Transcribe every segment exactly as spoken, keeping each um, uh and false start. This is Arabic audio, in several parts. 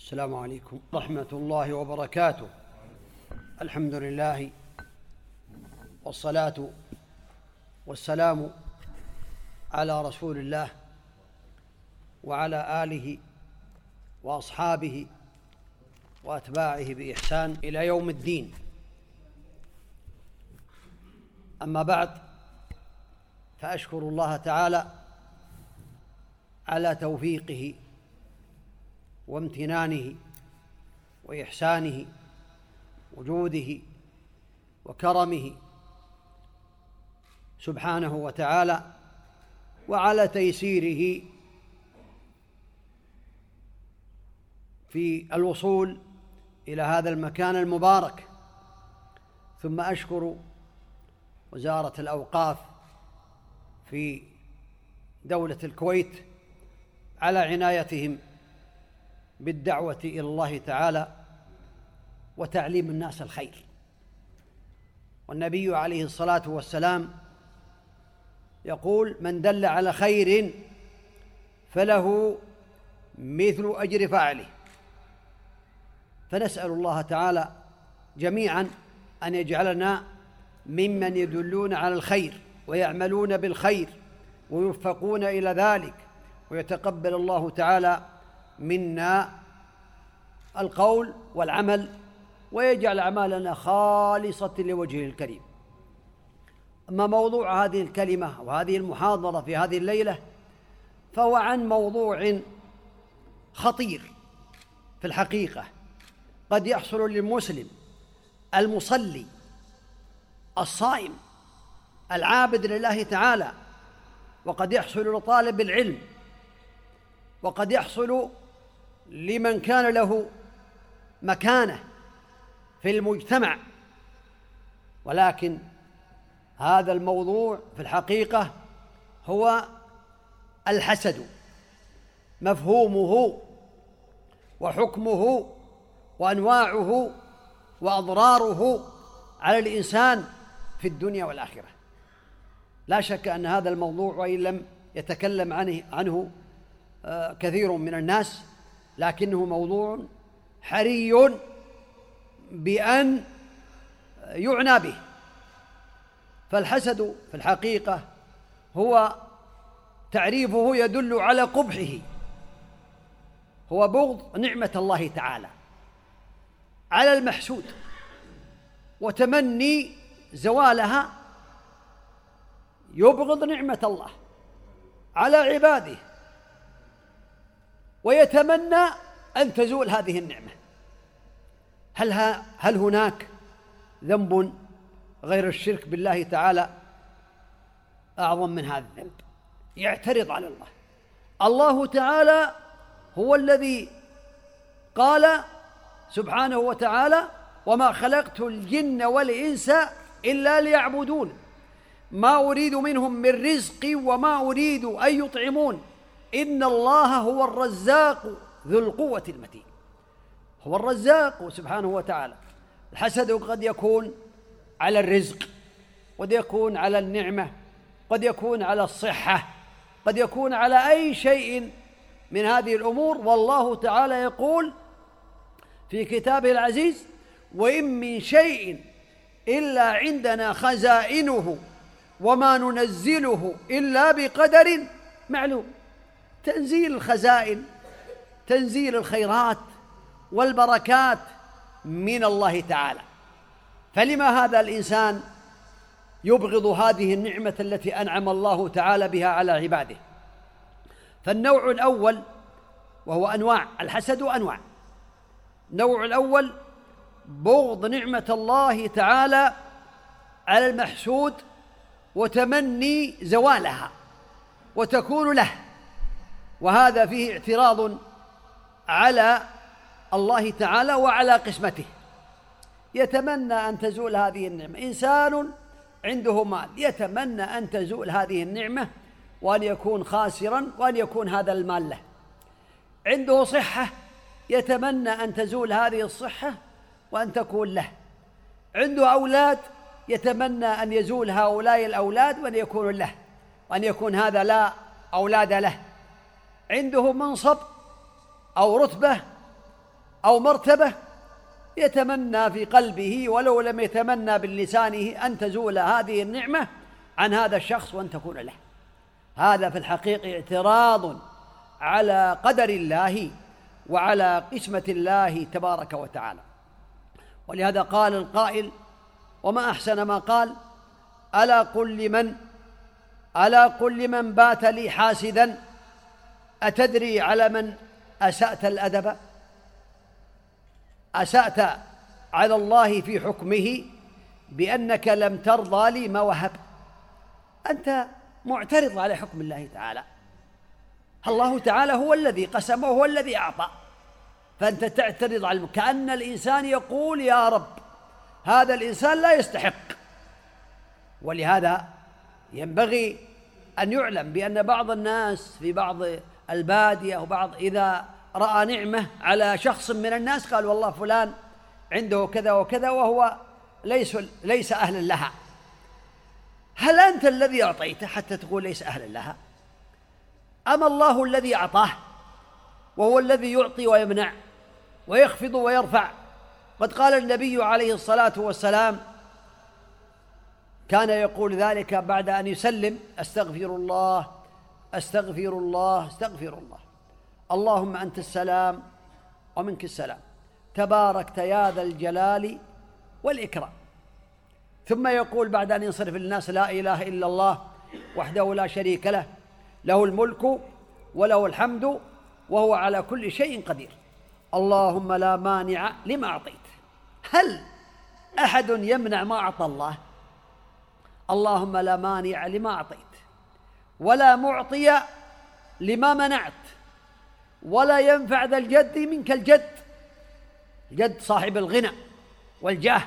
السلام عليكم ورحمة الله وبركاته. الحمد لله والصلاة والسلام على رسول الله وعلى آله وأصحابه وأتباعه بإحسان إلى يوم الدين. أما بعد، فأشكر الله تعالى على توفيقه وامتنانه وإحسانه وجوده وكرمه سبحانه وتعالى، وعلى تيسيره في الوصول إلى هذا المكان المبارك. ثم أشكر وزارة الأوقاف في دولة الكويت على عنايتهم بالدعوة إلى الله تعالى وتعليم الناس الخير. والنبي عليه الصلاة والسلام يقول: من دل على خير فله مثل أجر فاعله. فنسأل الله تعالى جميعا أن يجعلنا ممن يدلون على الخير ويعملون بالخير ويوفقون إلى ذلك، ويتقبل الله تعالى منا القول والعمل، ويجعل أعمالنا خالصة لوجهه الكريم. أما موضوع هذه الكلمة وهذه المحاضرة في هذه الليلة فهو عن موضوع خطير في الحقيقة. قد يحصل للمسلم المصلي الصائم العابد لله تعالى، وقد يحصل لطالب العلم، وقد يحصل لمن كان له مكانة في المجتمع. ولكن هذا الموضوع في الحقيقة هو الحسد، مفهومه وحكمه وأنواعه وأضراره على الإنسان في الدنيا والآخرة. لا شك أن هذا الموضوع، وإن لم يتكلم عنه, عنه كثير من الناس، لكنه موضوع حري بأن يعنى به. فالحسد في الحقيقة هو تعريفه يدل على قبحه، هو بغض نعمة الله تعالى على المحسود وتمني زوالها. يبغض نعمة الله على عباده ويتمنى أن تزول هذه النعمة. هل, هل هناك ذنب غير الشرك بالله تعالى أعظم من هذا الذنب؟ يعترض على الله. الله تعالى هو الذي قال سبحانه وتعالى: وما خلقت الجن والإنس إلا ليعبدون ما أريد منهم من رزق وما أريد أن يطعمون إن الله هو الرزاق ذو القوة المتين. هو الرزاق سبحانه وتعالى. الحسد قد يكون على الرزق، قد يكون على النعمة، قد يكون على الصحة، قد يكون على أي شيء من هذه الأمور. والله تعالى يقول في كتابه العزيز: وإن من شيء إلا عندنا خزائنه وما ننزله إلا بقدر معلوم. تنزيل الخزائن، تنزيل الخيرات والبركات من الله تعالى. فلما هذا الإنسان يبغض هذه النعمة التي أنعم الله تعالى بها على عباده؟ فالنوع الأول، وهو أنواع الحسد أنواع. النوع الأول بغض نعمة الله تعالى على المحسود وتمني زوالها وتكون له، وهذا فيه اعتراض على الله تعالى وعلى قسمته. يتمنى أن تزول هذه النعمة. إنسان عنده مال يتمنى أن تزول هذه النعمة وأن يكون خاسرا وأن يكون هذا المال له. عنده صحة يتمنى أن تزول هذه الصحة وأن تكون له. عنده أولاد يتمنى أن يزول هؤلاء الأولاد وأن يكونوا له، وأن يكون هذا لا أولاد له. عنده منصب أو رتبة أو مرتبة يتمنى في قلبه ولو لم يتمنى باللسانه أن تزول هذه النعمة عن هذا الشخص وأن تكون له. هذا في الحقيقة اعتراض على قدر الله وعلى قسمة الله تبارك وتعالى. ولهذا قال القائل: وما أحسن ما قال: ألا قل لمن ألا قل لمن بات لي حاسدا أتدري على من أسأت الأدب؟ أسأت على الله في حكمه بأنك لم ترضى لي ما وهب. أنت معترض على حكم الله تعالى. الله تعالى هو الذي قسم وهو الذي أعطى، فأنت تعترض على كأن الإنسان يقول: يا رب، هذا الإنسان لا يستحق. ولهذا ينبغي أن يعلم بأن بعض الناس في بعض البادية وبعض إذا رأى نعمة على شخص من الناس قال: والله فلان عنده كذا وكذا وهو ليس, ليس أهلا لها. هل أنت الذي أعطيته حتى تقول ليس أهلا لها؟ أما الله الذي أعطاه، وهو الذي يعطي ويمنع ويخفض ويرفع. قد قال النبي عليه الصلاة والسلام، كان يقول ذلك بعد أن يسلم: أستغفر الله أستغفر الله أستغفر الله، اللهم أنت السلام ومنك السلام، تباركت يا ذا الجلال والإكرام. ثم يقول بعد أن ينصرف للناس: لا إله إلا الله وحده لا شريك له، له الملك وله الحمد وهو على كل شيء قدير، اللهم لا مانع لما أعطيت. هل أحد يمنع ما أعطى الله؟ اللهم لا مانع لما أعطيت ولا معطي لما منعت ولا ينفع ذا الجد منك الجد. الجد صاحب الغنى والجاه.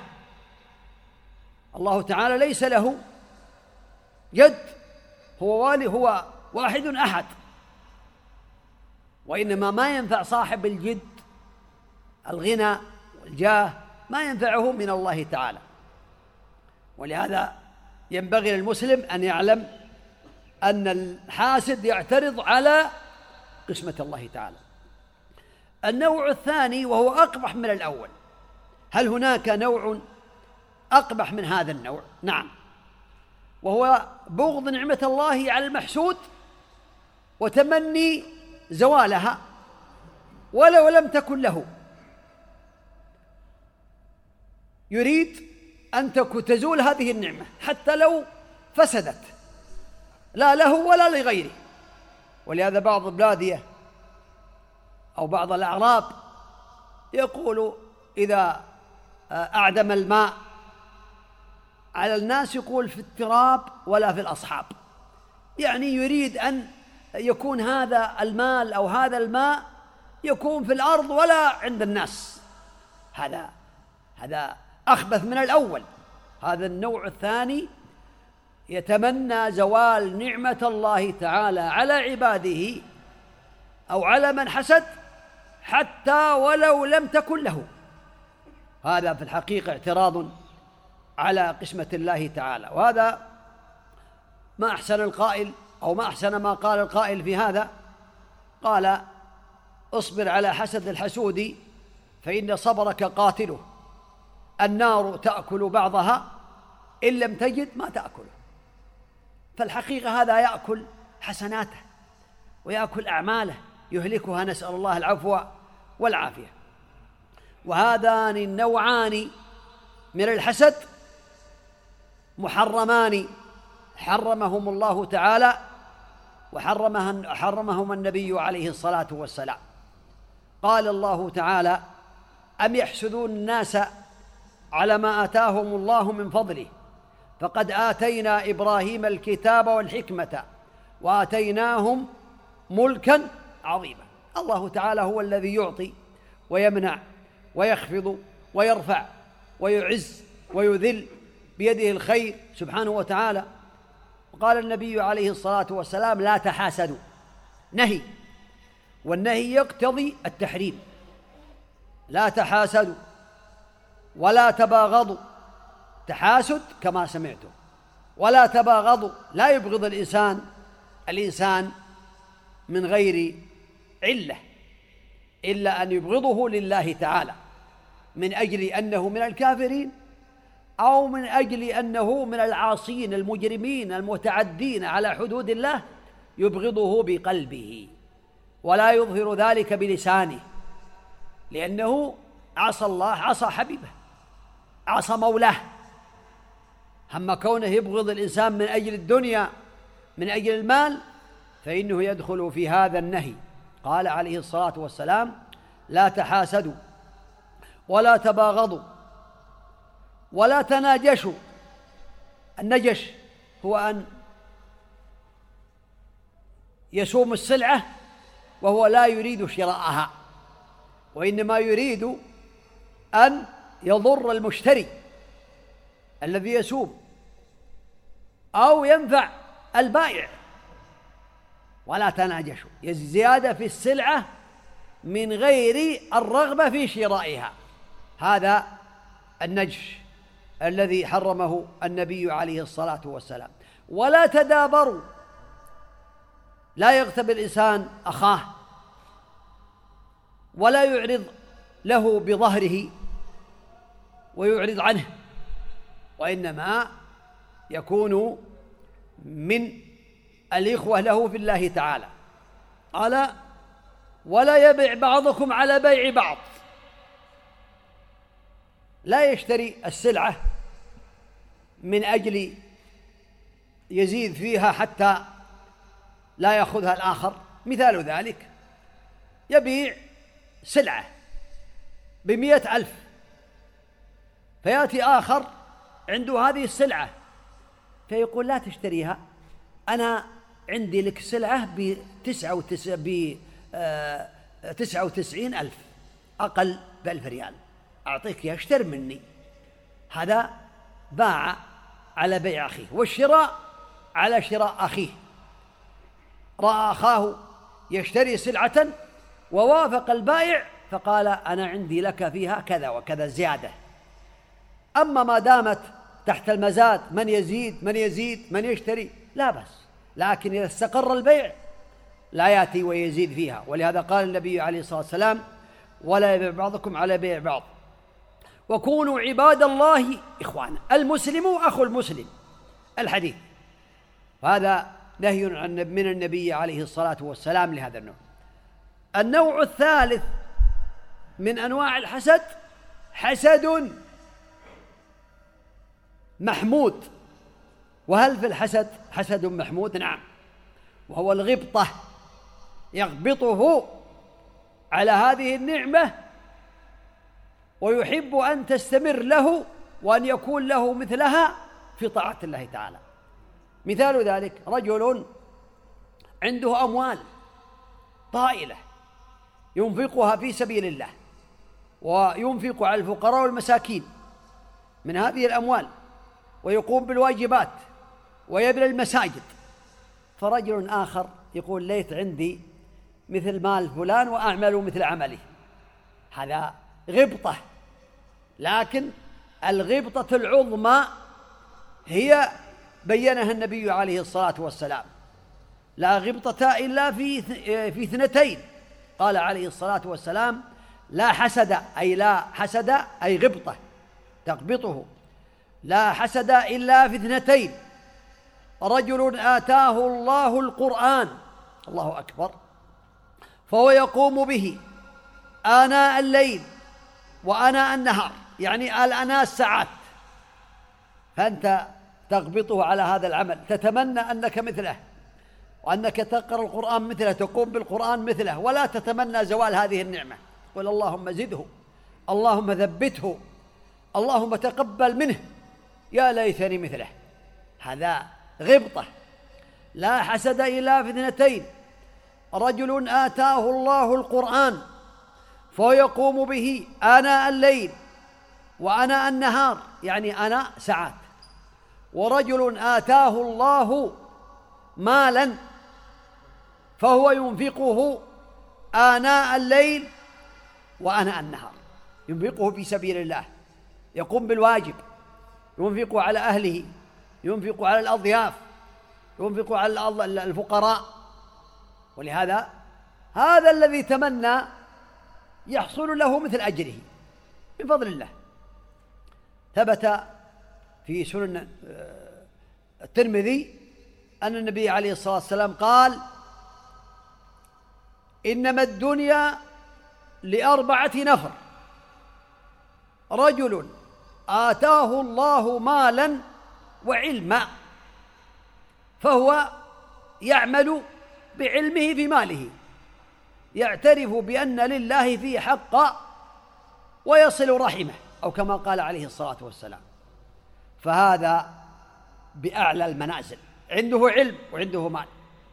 الله تعالى ليس له جد، هو والي، هو واحد أحد. وإنما ما ينفع صاحب الجد الغنى والجاه، ما ينفعه من الله تعالى. ولهذا ينبغي للمسلم أن يعلم أن الحاسد يعترض على قسمة الله تعالى. النوع الثاني وهو أقبح من الأول. هل هناك نوع أقبح من هذا النوع؟ نعم، وهو بغض نعمة الله على المحسود وتمني زوالها ولو لم تكن له. يريد أن تزول هذه النعمة حتى لو فسدت، لا له ولا لغيره. ولهذا بعض البلادية أو بعض الأعراب يقول إذا أعدم الماء على الناس يقول: في التراب ولا في الأصحاب. يعني يريد أن يكون هذا المال أو هذا الماء يكون في الأرض ولا عند الناس. هذا هذا أخبث من الأول. هذا النوع الثاني يتمنى زوال نعمة الله تعالى على عباده أو على من حسد حتى ولو لم تكن له. هذا في الحقيقة اعتراض على قسمة الله تعالى. وهذا ما أحسن القائل أو ما أحسن ما قال القائل في هذا. قال: اصبر على حسد الحسود فإن صبرك قاتله، النار تأكل بعضها إن لم تجد ما تأكله. فالحقيقة هذا يأكل حسناته ويأكل أعماله يهلكها، نسأل الله العفو والعافية. وهذان النوعان من الحسد محرمان حرمهم الله تعالى وحرمهم النبي عليه الصلاة والسلام. قال الله تعالى: أم يحسدون الناس على ما آتاهم الله من فضله فقد آتينا إبراهيم الكتاب والحكمة وآتيناهم ملكا عظيما. الله تعالى هو الذي يعطي ويمنع ويخفض ويرفع ويعز ويذل، بيده الخير سبحانه وتعالى. وقال النبي عليه الصلاة والسلام: لا تحاسدوا، نهي، والنهي يقتضي التحريم. لا تحاسدوا ولا تباغضوا، تحاسد كما سمعتم، ولا تباغضوا، لا يبغض الإنسان الإنسان من غير علة. إلا أن يبغضه لله تعالى من أجل أنه من الكافرين، أو من أجل أنه من العاصين المجرمين المتعدين على حدود الله، يبغضه بقلبه ولا يظهر ذلك بلسانه، لأنه عصى الله، عصى حبيبه، عصى مولاه. أما كونه يبغض الإنسان من أجل الدنيا، من أجل المال، فإنه يدخل في هذا النهي. قال عليه الصلاة والسلام: لا تحاسدوا ولا تباغضوا ولا تناجشوا. النجش هو أن يسوم السلعة وهو لا يريد شراءها، وإنما يريد أن يضر المشتري الذي يسوم أو ينفع البائع. ولا تناجشوا، الزيادة في السلعة من غير الرغبة في شرائها، هذا النجش الذي حرمه النبي عليه الصلاة والسلام. ولا تدابروا، لا يغتب الإنسان أخاه ولا يعرض له بظهره ويعرض عنه، وإنما يكون من الإخوة له في الله تعالى. قال: ولا يبيع بعضكم على بيع بعض، لا يشتري السلعة من أجل يزيد فيها حتى لا يأخذها الآخر. مثال ذلك: يبيع سلعة بمئة ألف، فيأتي آخر عنده هذه السلعة فيقول: لا تشتريها، أنا عندي لك سلعة بتسعة وتسعين ألف، أقل بألف ريال، أعطيك يا اشتر مني. هذا باع على بيع أخيه، والشراء على شراء أخيه. رأى أخاه يشتري سلعة ووافق البائع فقال: أنا عندي لك فيها كذا وكذا زيادة. أما ما دامت تحت المزاد، من يزيد من يزيد من يشتري، لا بأس، لكن إذا استقر البيع لا يأتي ويزيد فيها. ولهذا قال النبي عليه الصلاة والسلام: ولا يبيع بعضكم على بيع بعض، وكونوا عباد الله إخوانا، المسلم أخو المسلم، الحديث. هذا نهي من النبي عليه الصلاة والسلام لهذا النوع. النوع الثالث من أنواع الحسد حسد محمود. وهل في الحسد حسد محمود؟ نعم، وهو الغبطة، يغبطه على هذه النعمة ويحب أن تستمر له وأن يكون له مثلها في طاعة الله تعالى. مثال ذلك: رجل عنده أموال طائلة ينفقها في سبيل الله، وينفق على الفقراء والمساكين من هذه الأموال، ويقوم بالواجبات ويبني المساجد. فرجل آخر يقول: ليت عندي مثل مال فلان وأعمل مثل عمله. هذا غبطة، لكن الغبطة العظمى هي بينها النبي عليه الصلاة والسلام: لا غبطة إلا في في اثنتين. قال عليه الصلاة والسلام: لا حسد، أي لا حسد أي غبطة تغبطه، لا حسد إلا في اثنتين: رجل آتاه الله القرآن، الله أكبر، فهو يقوم به آناء الليل وآناء النهار، يعني الآناء الساعات، فأنت تغبطه على هذا العمل، تتمنى أنك مثله وأنك تقرأ القرآن مثله، تقوم بالقرآن مثله، ولا تتمنى زوال هذه النعمة. قل: اللهم زده، اللهم ثبته، اللهم تقبل منه، يا ليتني مثله. هذا غبطة. لا حسد إلا في اثنتين: رجل آتاه الله القرآن فهو يقوم به آناء الليل وآناء النهار، يعني آناء ساعات. ورجل آتاه الله مالا فهو ينفقه آناء الليل وآناء النهار، ينفقه في سبيل الله، يقوم بالواجب، ينفق على أهله، ينفق على الأضياف، ينفق على الفقراء. ولهذا هذا الذي تمنى يحصل له مثل أجره من فضل الله. ثبت في سنن الترمذي أن النبي عليه الصلاة والسلام قال: إنما الدنيا لأربعة نفر: رجل آتاه الله مالا وعلما فهو يعمل بعلمه في ماله، يعترف بأن لله فيه حقا ويصل رحمه، أو كما قال عليه الصلاة والسلام، فهذا بأعلى المنازل، عنده علم وعنده مال.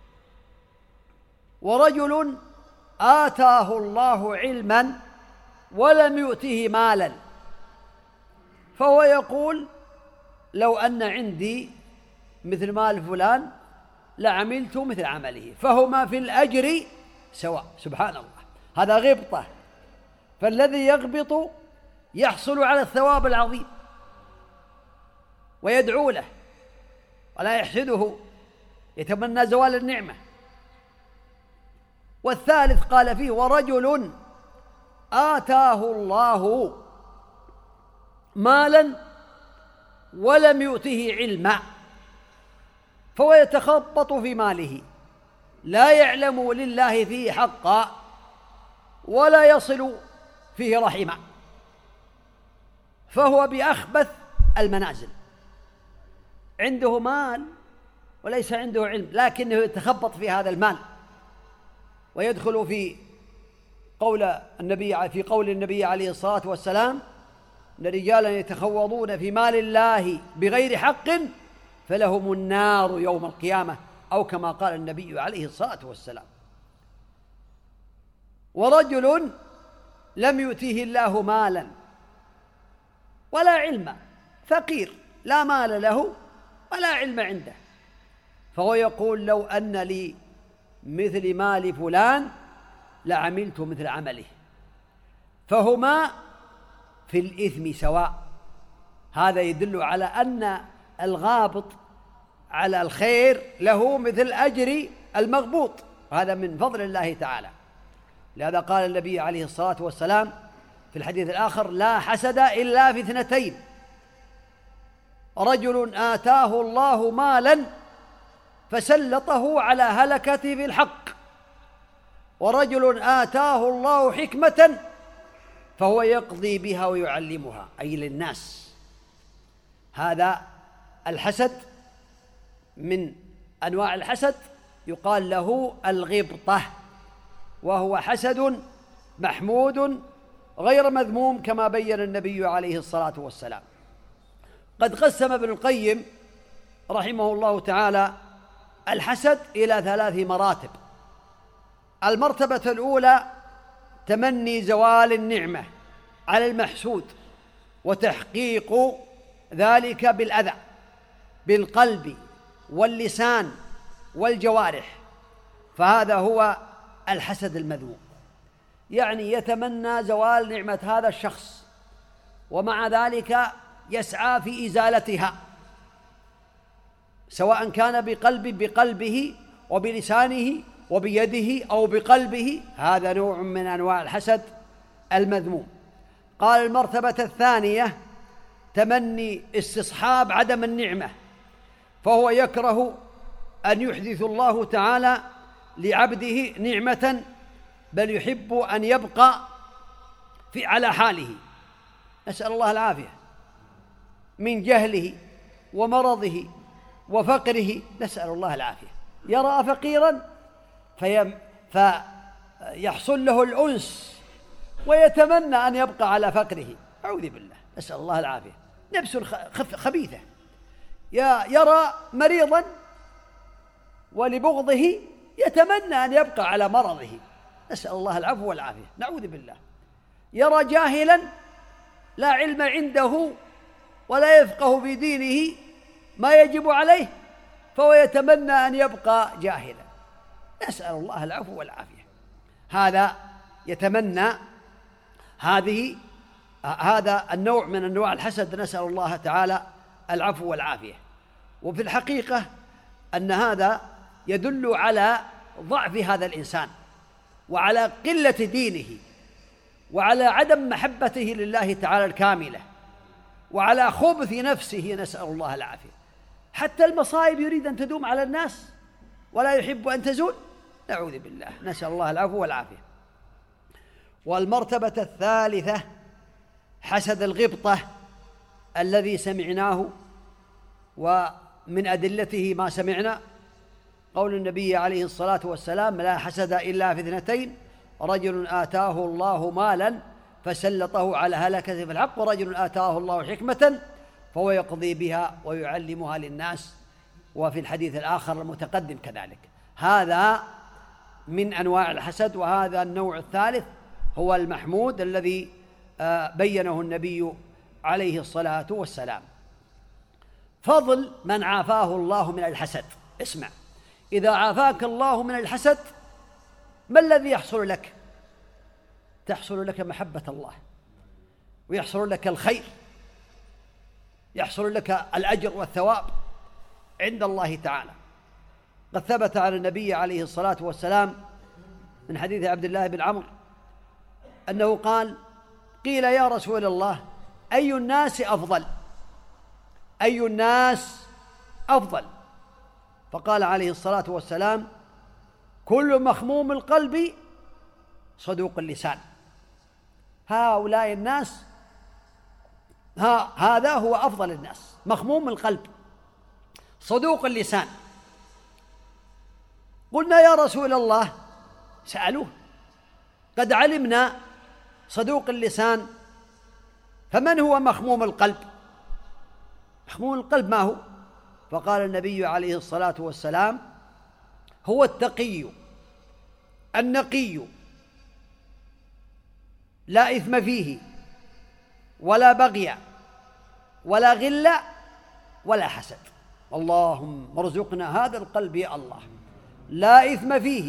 ورجل آتاه الله علما ولم يؤته مالا فهو يقول: لو أن عندي مثل مال فلان لعملت مثل عمله، فهما في الأجر سواء. سبحان الله، هذا غبطة. فالذي يغبط يحصل على الثواب العظيم ويدعو له ولا يحسده، يتمنى زوال النعمة. والثالث قال فيه: ورجل آتاه الله مالا ولم يؤته علما فهو يتخبط في ماله، لا يعلم لله فيه حقا ولا يصل فيه رحما، فهو بأخبث المنازل، عنده مال وليس عنده علم، لكنه يتخبط في هذا المال. ويدخل في قول النبي في قول النبي عليه الصلاة والسلام: إن رجالا يتخوضون في مال الله بغير حق فلهم النار يوم القيامة، أو كما قال النبي عليه الصلاة والسلام. ورجل لم يؤته الله مالا ولا علما، فقير لا مال له ولا علم عنده، فهو يقول: لو أن لي مثل مال فلان لعملت مثل عمله، فهما في الإثم سواء. هذا يدل على أن الغابط على الخير له مثل أجر المغبوط، وهذا من فضل الله تعالى. لهذا قال النبي عليه الصلاة والسلام في الحديث الآخر: لا حسد إلا في اثنتين: رجل آتاه الله مالا فسلطه على هلكته في الحق، ورجل آتاه الله حكمة فهو يقضي بها ويعلمها، أي للناس. هذا الحسد من أنواع الحسد، يقال له الغبطة، وهو حسد محمود غير مذموم كما بين النبي عليه الصلاة والسلام. قد قسم ابن القيم رحمه الله تعالى الحسد إلى ثلاث مراتب. المرتبة الأولى تمني زوال النعمة على المحسود وتحقيق ذلك بالأذى بالقلب واللسان والجوارح، فهذا هو الحسد المذموم، يعني يتمنى زوال نعمة هذا الشخص ومع ذلك يسعى في إزالتها، سواء كان بقلب بقلبه وبلسانه وبيده أو بقلبه، هذا نوع من أنواع الحسد المذموم. قال المرتبة الثانية تمني استصحاب عدم النعمة، فهو يكره أن يحدث الله تعالى لعبده نعمة، بل يحب أن يبقى في على حاله، نسأل الله العافية، من جهله ومرضه وفقره، نسأل الله العافية. يرى فقيرا فيم فيحصل له الأنس ويتمنى أن يبقى على فقره، أعوذ بالله، نسأل الله العافية. نفس خبيثة، يرى مريضا ولبغضه يتمنى أن يبقى على مرضه، نسأل الله العفو والعافية، نعوذ بالله. يرى جاهلا لا علم عنده ولا يفقه في دينه ما يجب عليه، فهو يتمنى أن يبقى جاهلا، نسأل الله العفو والعافية. هذا يتمنى هذه هذا النوع من أنواع الحسد، نسأل الله تعالى العفو والعافية. وفي الحقيقة أن هذا يدل على ضعف هذا الإنسان وعلى قلة دينه وعلى عدم محبته لله تعالى الكاملة، وعلى خبث نفسه، نسأل الله العافية. حتى المصائب يريد أن تدوم على الناس ولا يحب أن تزول، نعوذ بالله، نسأل الله العفو والعافية. والمرتبة الثالثة حسد الغبطة الذي سمعناه، ومن أدلته ما سمعنا قول النبي عليه الصلاة والسلام: لا حسد إلا في اثنتين، رجل آتاه الله مالا فسلطه على هلكة في الحق، ورجل آتاه الله حكمة فهو يقضي بها ويعلمها للناس. وفي الحديث الآخر المتقدم كذلك. هذا من أنواع الحسد، وهذا النوع الثالث هو المحمود الذي بينه النبي عليه الصلاة والسلام. فضل من عافاه الله من الحسد. اسمع، إذا عافاك الله من الحسد ما الذي يحصل لك؟ تحصل لك محبة الله، ويحصل لك الخير، يحصل لك الأجر والثواب عند الله تعالى. قد ثبت عن النبي عليه الصلاة والسلام من حديث عبد الله بن عمرو أنه قال: قيل يا رسول الله أي الناس أفضل؟ أي الناس أفضل؟ فقال عليه الصلاة والسلام: كل مخموم القلب صدوق اللسان. هؤلاء الناس، ها هذا هو أفضل الناس، مخموم القلب صدوق اللسان. قلنا يا رسول الله، سألوه: قد علمنا صدوق اللسان، فمن هو مخموم القلب؟ مخموم القلب ما هو؟ فقال النبي عليه الصلاة والسلام: هو التقي النقي لا إثم فيه ولا بغي ولا غل ولا حسد. اللهم ارزقنا هذا القلب يا الله، لا إثم فيه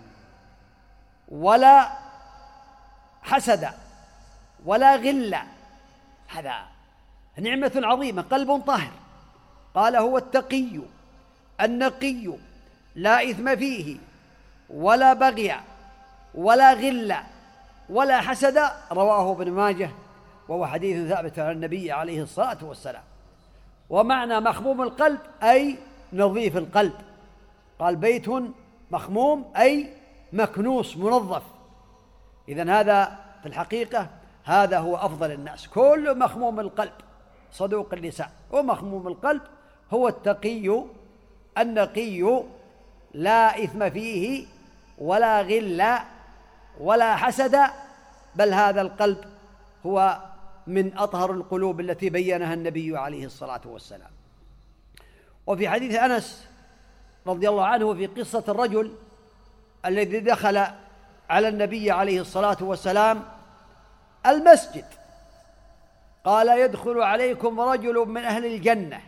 ولا حسد ولا غل. هذا نعمة عظيمة، قلب طاهر. قال: هو التقي النقي لا إثم فيه ولا بغي ولا غل ولا حسد. رواه ابن ماجه، وهو حديث ثابت عن النبي عليه الصلاة والسلام. ومعنى مخموم القلب أي نظيف القلب. قال: بيت مخموم أي مكنوس منظف. إذن هذا في الحقيقة هذا هو أفضل الناس. كل مخموم القلب صدوق اللسان. ومخموم القلب هو التقي النقي لا إثم فيه ولا غل ولا حسد، بل هذا القلب هو من أطهر القلوب التي بينها النبي عليه الصلاة والسلام. وفي حديث أنس رضي الله عنه في قصة الرجل الذي دخل على النبي عليه الصلاة والسلام المسجد، قال: يدخل عليكم رجل من أهل الجنة.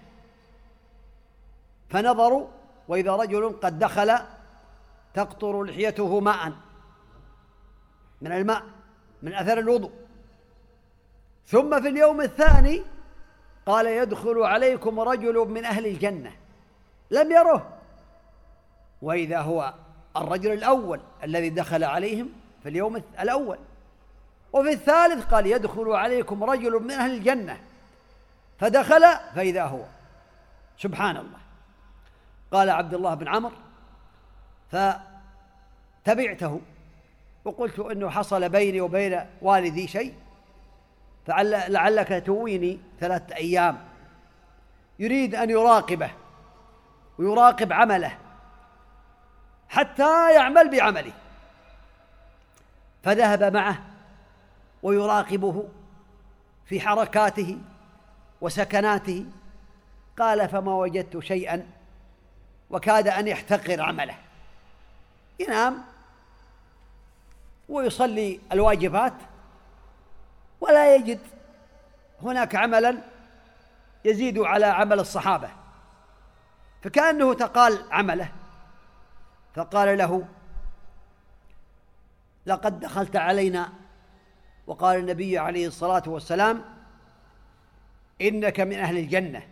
فنظروا وإذا رجل قد دخل تقطر لحيته ماء من الماء من أثر الوضوء. ثم في اليوم الثاني قال: يدخل عليكم رجل من أهل الجنة. لم يره، وإذا هو الرجل الأول الذي دخل عليهم في اليوم الأول. وفي الثالث قال: يدخل عليكم رجل من أهل الجنة. فدخل فإذا هو. سبحان الله. قال عبد الله بن عمرو: فتبعته وقلت إنه حصل بيني وبين والدي شيء، فلعلك تويني ثلاثة أيام. يريد أن يراقبه ويراقب عمله حتى يعمل بعمله. فذهب معه ويراقبه في حركاته وسكناته. قال: فما وجدت شيئا، وكاد أن يحتقر عمله. ينام ويصلي الواجبات ولا يجد هناك عملا يزيد على عمل الصحابة، فكأنه تقال عمله. فقال له: لقد دخلت علينا وقال النبي عليه الصلاة والسلام: إنك من أهل الجنة.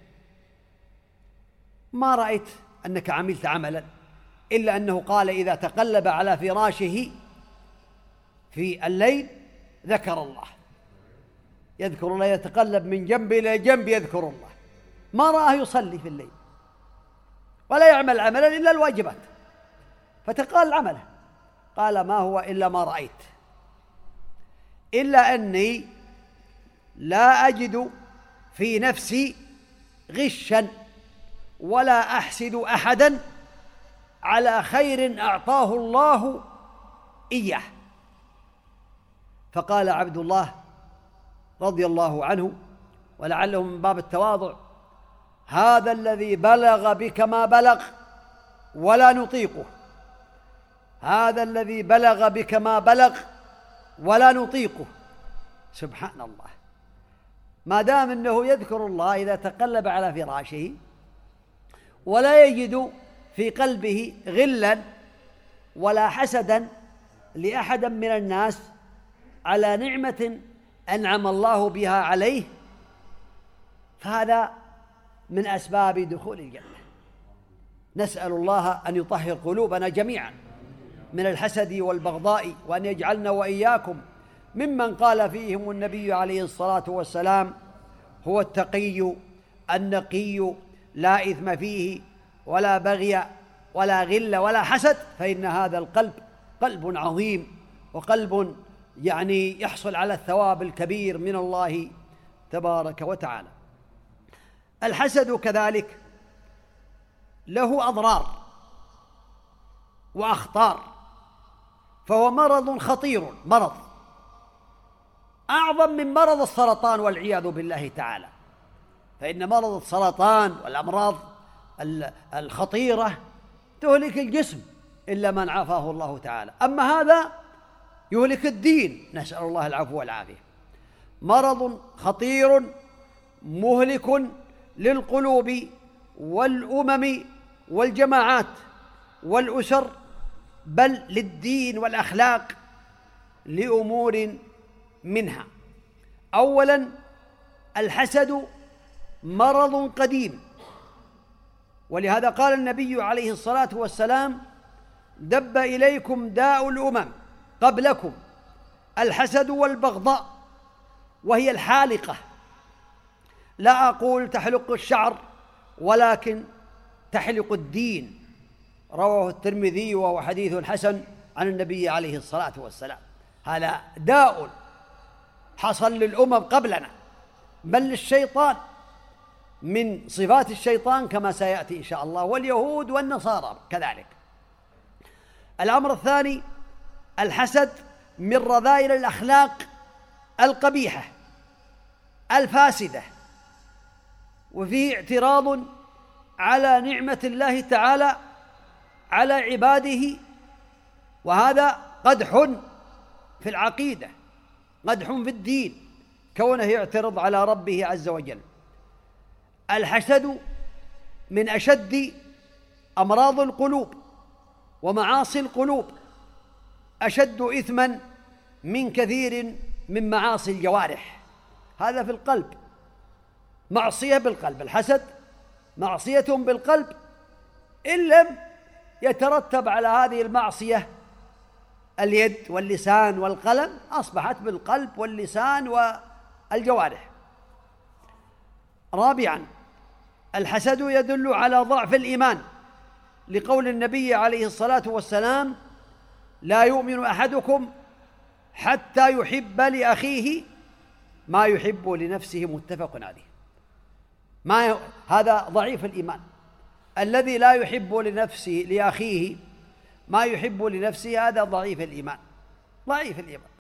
ما رأيت أنك عملت عملا، إلا أنه قال: إذا تقلب على فراشه في الليل ذكر الله، يذكر الله، يتقلب من جنب إلى جنب يذكر الله، ما رآه يصلي في الليل ولا يعمل عملا إلا الواجبات، فتقال عمله، قال ما هو إلا ما رأيت، إلا أني لا أجد في نفسي غشا ولا أحسد أحدا على خير أعطاه الله إياه. فقال عبد الله رضي الله عنه، ولعله من باب التواضع: هذا الذي بلغ بك ما بلغ ولا نطيقه، هذا الذي بلغ بك ما بلغ ولا نطيقه. سبحان الله، ما دام أنه يذكر الله إذا تقلب على فراشه ولا يجد في قلبه غلا ولا حسدا لأحد من الناس على نعمة أنعم الله بها عليه، فهذا من أسباب دخول الجنة. نسأل الله أن يطهر قلوبنا جميعا من الحسد والبغضاء، وأن يجعلنا وإياكم ممن قال فيهم النبي عليه الصلاة والسلام: هو التقي النقي لا إثم فيه ولا بغي ولا غل ولا حسد، فإن هذا القلب قلب عظيم، وقلب يعني يحصل على الثواب الكبير من الله تبارك وتعالى. الحسد كذلك له أضرار وأخطار، فهو مرض خطير، مرض أعظم من مرض السرطان والعياذ بالله تعالى، فإن مرض السرطان والأمراض الخطيرة تهلك الجسم إلا من عافاه الله تعالى، أما هذا يهلك الدين، نسأل الله العفو والعافية. مرض خطير مهلك للقلوب والأمم والجماعات والأسر، بل للدين والأخلاق لأمور منها. أولاً، الحسد مرض قديم، ولهذا قال النبي عليه الصلاة والسلام: دب إليكم داء الأمم قبلكم الحسد والبغضاء، وهي الحالقة، لا أقول تحلق الشعر ولكن تحلق الدين، رواه الترمذي وهو حديث حسن عن النبي عليه الصلاة والسلام. هذا داء حصل للأمم قبلنا، بل للشيطان، من صفات الشيطان كما سيأتي إن شاء الله، واليهود والنصارى كذلك. الأمر الثاني، الحسد من رذائل الأخلاق القبيحة الفاسدة، وفيه اعتراض على نعمة الله تعالى على عباده، وهذا قدح في العقيدة، قدح في الدين، كونه يعترض على ربه عز وجل. الحسد من أشد أمراض القلوب ومعاصي القلوب، أشد إثماً من كثير من معاصي الجوارح. هذا في القلب، معصية بالقلب، الحسد معصية بالقلب، إن لم يترتب على هذه المعصية اليد واللسان والقلم، أصبحت بالقلب واللسان والجوارح. رابعاً، الحسد يدل على ضعف الإيمان، لقول النبي عليه الصلاة والسلام: لا يؤمن أحدكم حتى يحب لأخيه ما يحب لنفسه، متفق عليه. ما ي... هذا ضعيف الإيمان، الذي لا يحب لنفسه لأخيه ما يحب لنفسه، هذا ضعيف الإيمان، ضعيف الإيمان.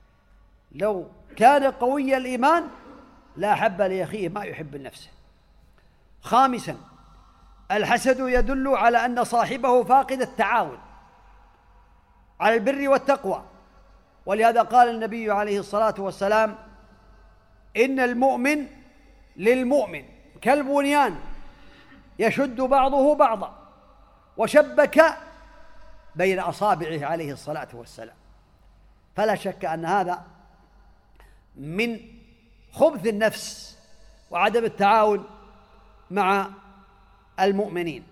لو كان قوي الإيمان لا أحب لأخيه ما يحب لنفسه. خامساً، الحسد يدل على أن صاحبه فاقد التعاون على البر والتقوى، ولهذا قال النبي عليه الصلاة والسلام: إن المؤمن للمؤمن كالبنيان يشد بعضه بعضا، وشبك بين أصابعه عليه الصلاة والسلام. فلا شك أن هذا من خبث النفس وعدم التعاون مع المؤمنين.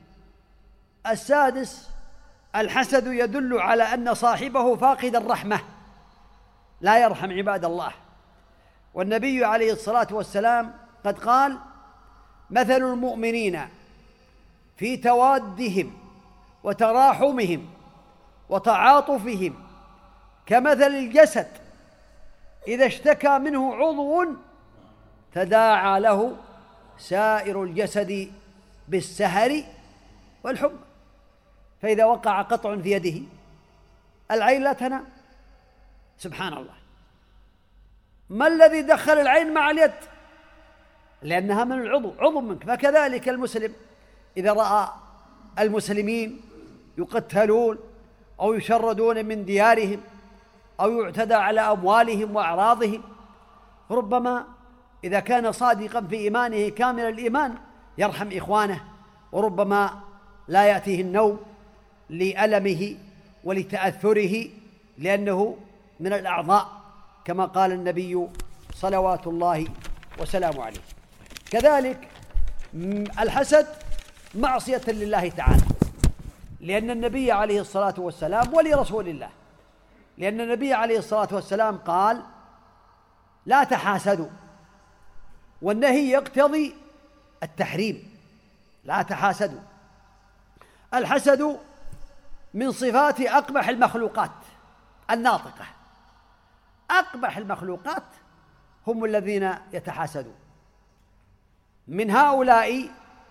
السادس، الحسد يدل على أن صاحبه فاقد الرحمة لا يرحم عباد الله. والنبي عليه الصلاة والسلام قد قال: مثل المؤمنين في توادهم وتراحمهم وتعاطفهم كمثل الجسد إذا اشتكى منه عضو تداعى له سائر الجسد بالسهر والحمى. فإذا وقع قطع في يده العين لا تنام. سبحان الله، ما الذي دخل العين مع اليد؟ لأنها من العضو، عضو منك. فكذلك المسلم إذا رأى المسلمين يقتلون أو يشردون من ديارهم أو يعتدى على أموالهم وأعراضهم، ربما إذا كان صادقا في إيمانه كامل الإيمان يرحم إخوانه، وربما لا يأتيه النوم لألمه ولتأثره، لأنه من الأعضاء كما قال النبي صلوات الله وسلامه عليه. كذلك الحسد معصية لله تعالى، لأن النبي عليه الصلاة والسلام ولرسول الله، لأن النبي عليه الصلاة والسلام قال: لا تحاسدوا، والنهي يقتضي التحريم، لا تحاسدوا. الحسد من صفات أقبح المخلوقات الناطقة. أقبح المخلوقات هم الذين يتحاسدون. من هؤلاء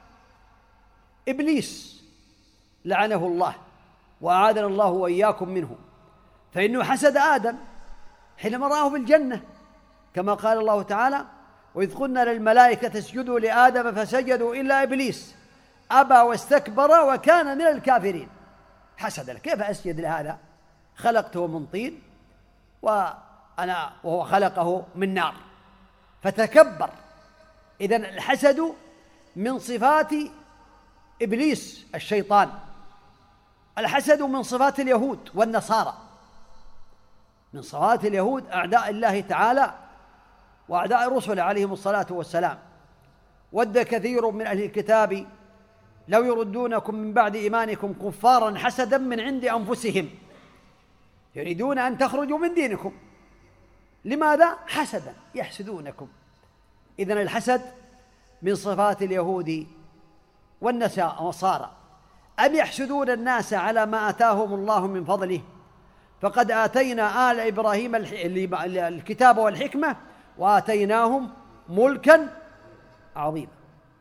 إبليس لعنه الله وأعاذنا الله وإياكم منه، فإنه حسد آدم حينما رآه في الجنة، كما قال الله تعالى: وإذ قلنا للملائكة اسجدوا لآدم فسجدوا إلا إبليس أبى واستكبر وكان من الكافرين. حسد: كيف أسجد لهذا؟ خلقته من طين وأنا وهو خلقه من نار، فتكبر. إذن الحسد من صفات إبليس الشيطان. الحسد من صفات اليهود والنصارى، من صفات اليهود أعداء الله تعالى وأعداء الرسل عليهم الصلاة والسلام. ود كثير من أهل الكتاب لو يردونكم من بعد إيمانكم كفارا حسدا من عند أنفسهم يريدون أن تخرجوا من دينكم. لماذا؟ حسدا، يحسدونكم. إذن الحسد من صفات اليهود والنصارى. أم يحسدون الناس على ما آتاهم الله من فضله فقد آتينا آل إبراهيم الكتاب والحكمة وآتيناهم ملكا عظيما.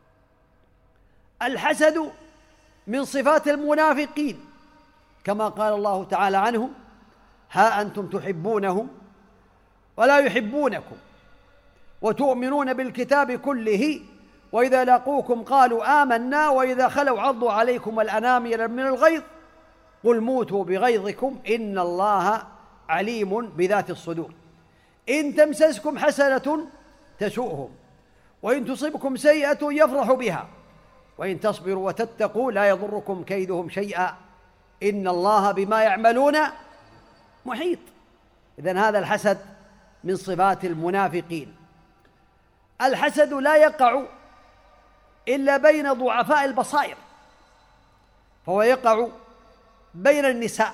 الحسد من صفات المنافقين، كما قال الله تعالى عنهم: ها أنتم تحبونهم ولا يحبونكم وتؤمنون بالكتاب كله وإذا لقوكم قالوا آمنا وإذا خلوا عضوا عليكم الأنامل من الغيظ قل موتوا بغيظكم إن الله عليم بذات الصدور إن تمسسكم حسنة تسؤهم وإن تصبكم سيئة يفرحوا بها وإن تصبروا وتتقوا لا يضركم كيدهم شيئا إن الله بما يعملون محيط. إذن هذا الحسد من صفات المنافقين. الحسد لا يقع إلا بين ضعفاء البصائر، فهو يقع بين النساء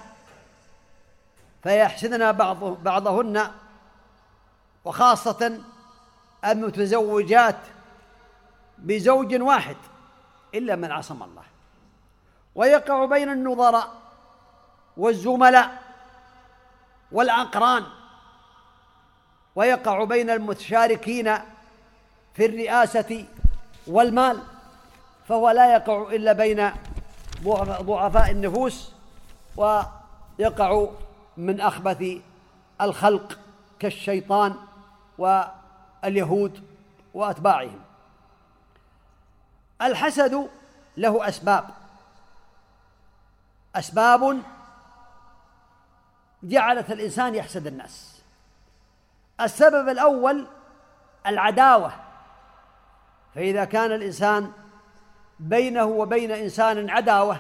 فيحسدن بعض بعضهن، وخاصة المتزوجات بزوج واحد إلا من عصم الله. ويقع بين النظراء والزملاء والأقران، ويقع بين المتشاركين في الرئاسة والمال، فهو لا يقع إلا بين ضعفاء النفوس، ويقع من أخبث الخلق كالشيطان واليهود وأتباعهم. الحسد له أسباب أسباب جعلت الإنسان يحسد الناس. السبب الأول العداوة، فإذا كان الإنسان بينه وبين إنسان عداوة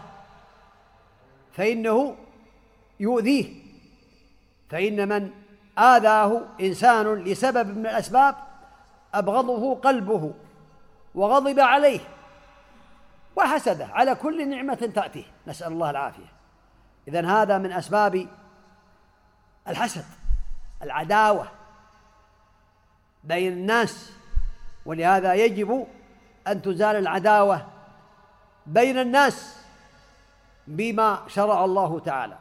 فإنه يؤذيه، فإن من آذاه إنسان لسبب من الأسباب أبغضه قلبه وغضب عليه وحسده على كل نعمة تأتيه، نسأل الله العافية. إذن هذا من أسباب الحسد. العداوة بين الناس، ولهذا يجب أن تزال العداوة بين الناس بما شرع الله تعالى.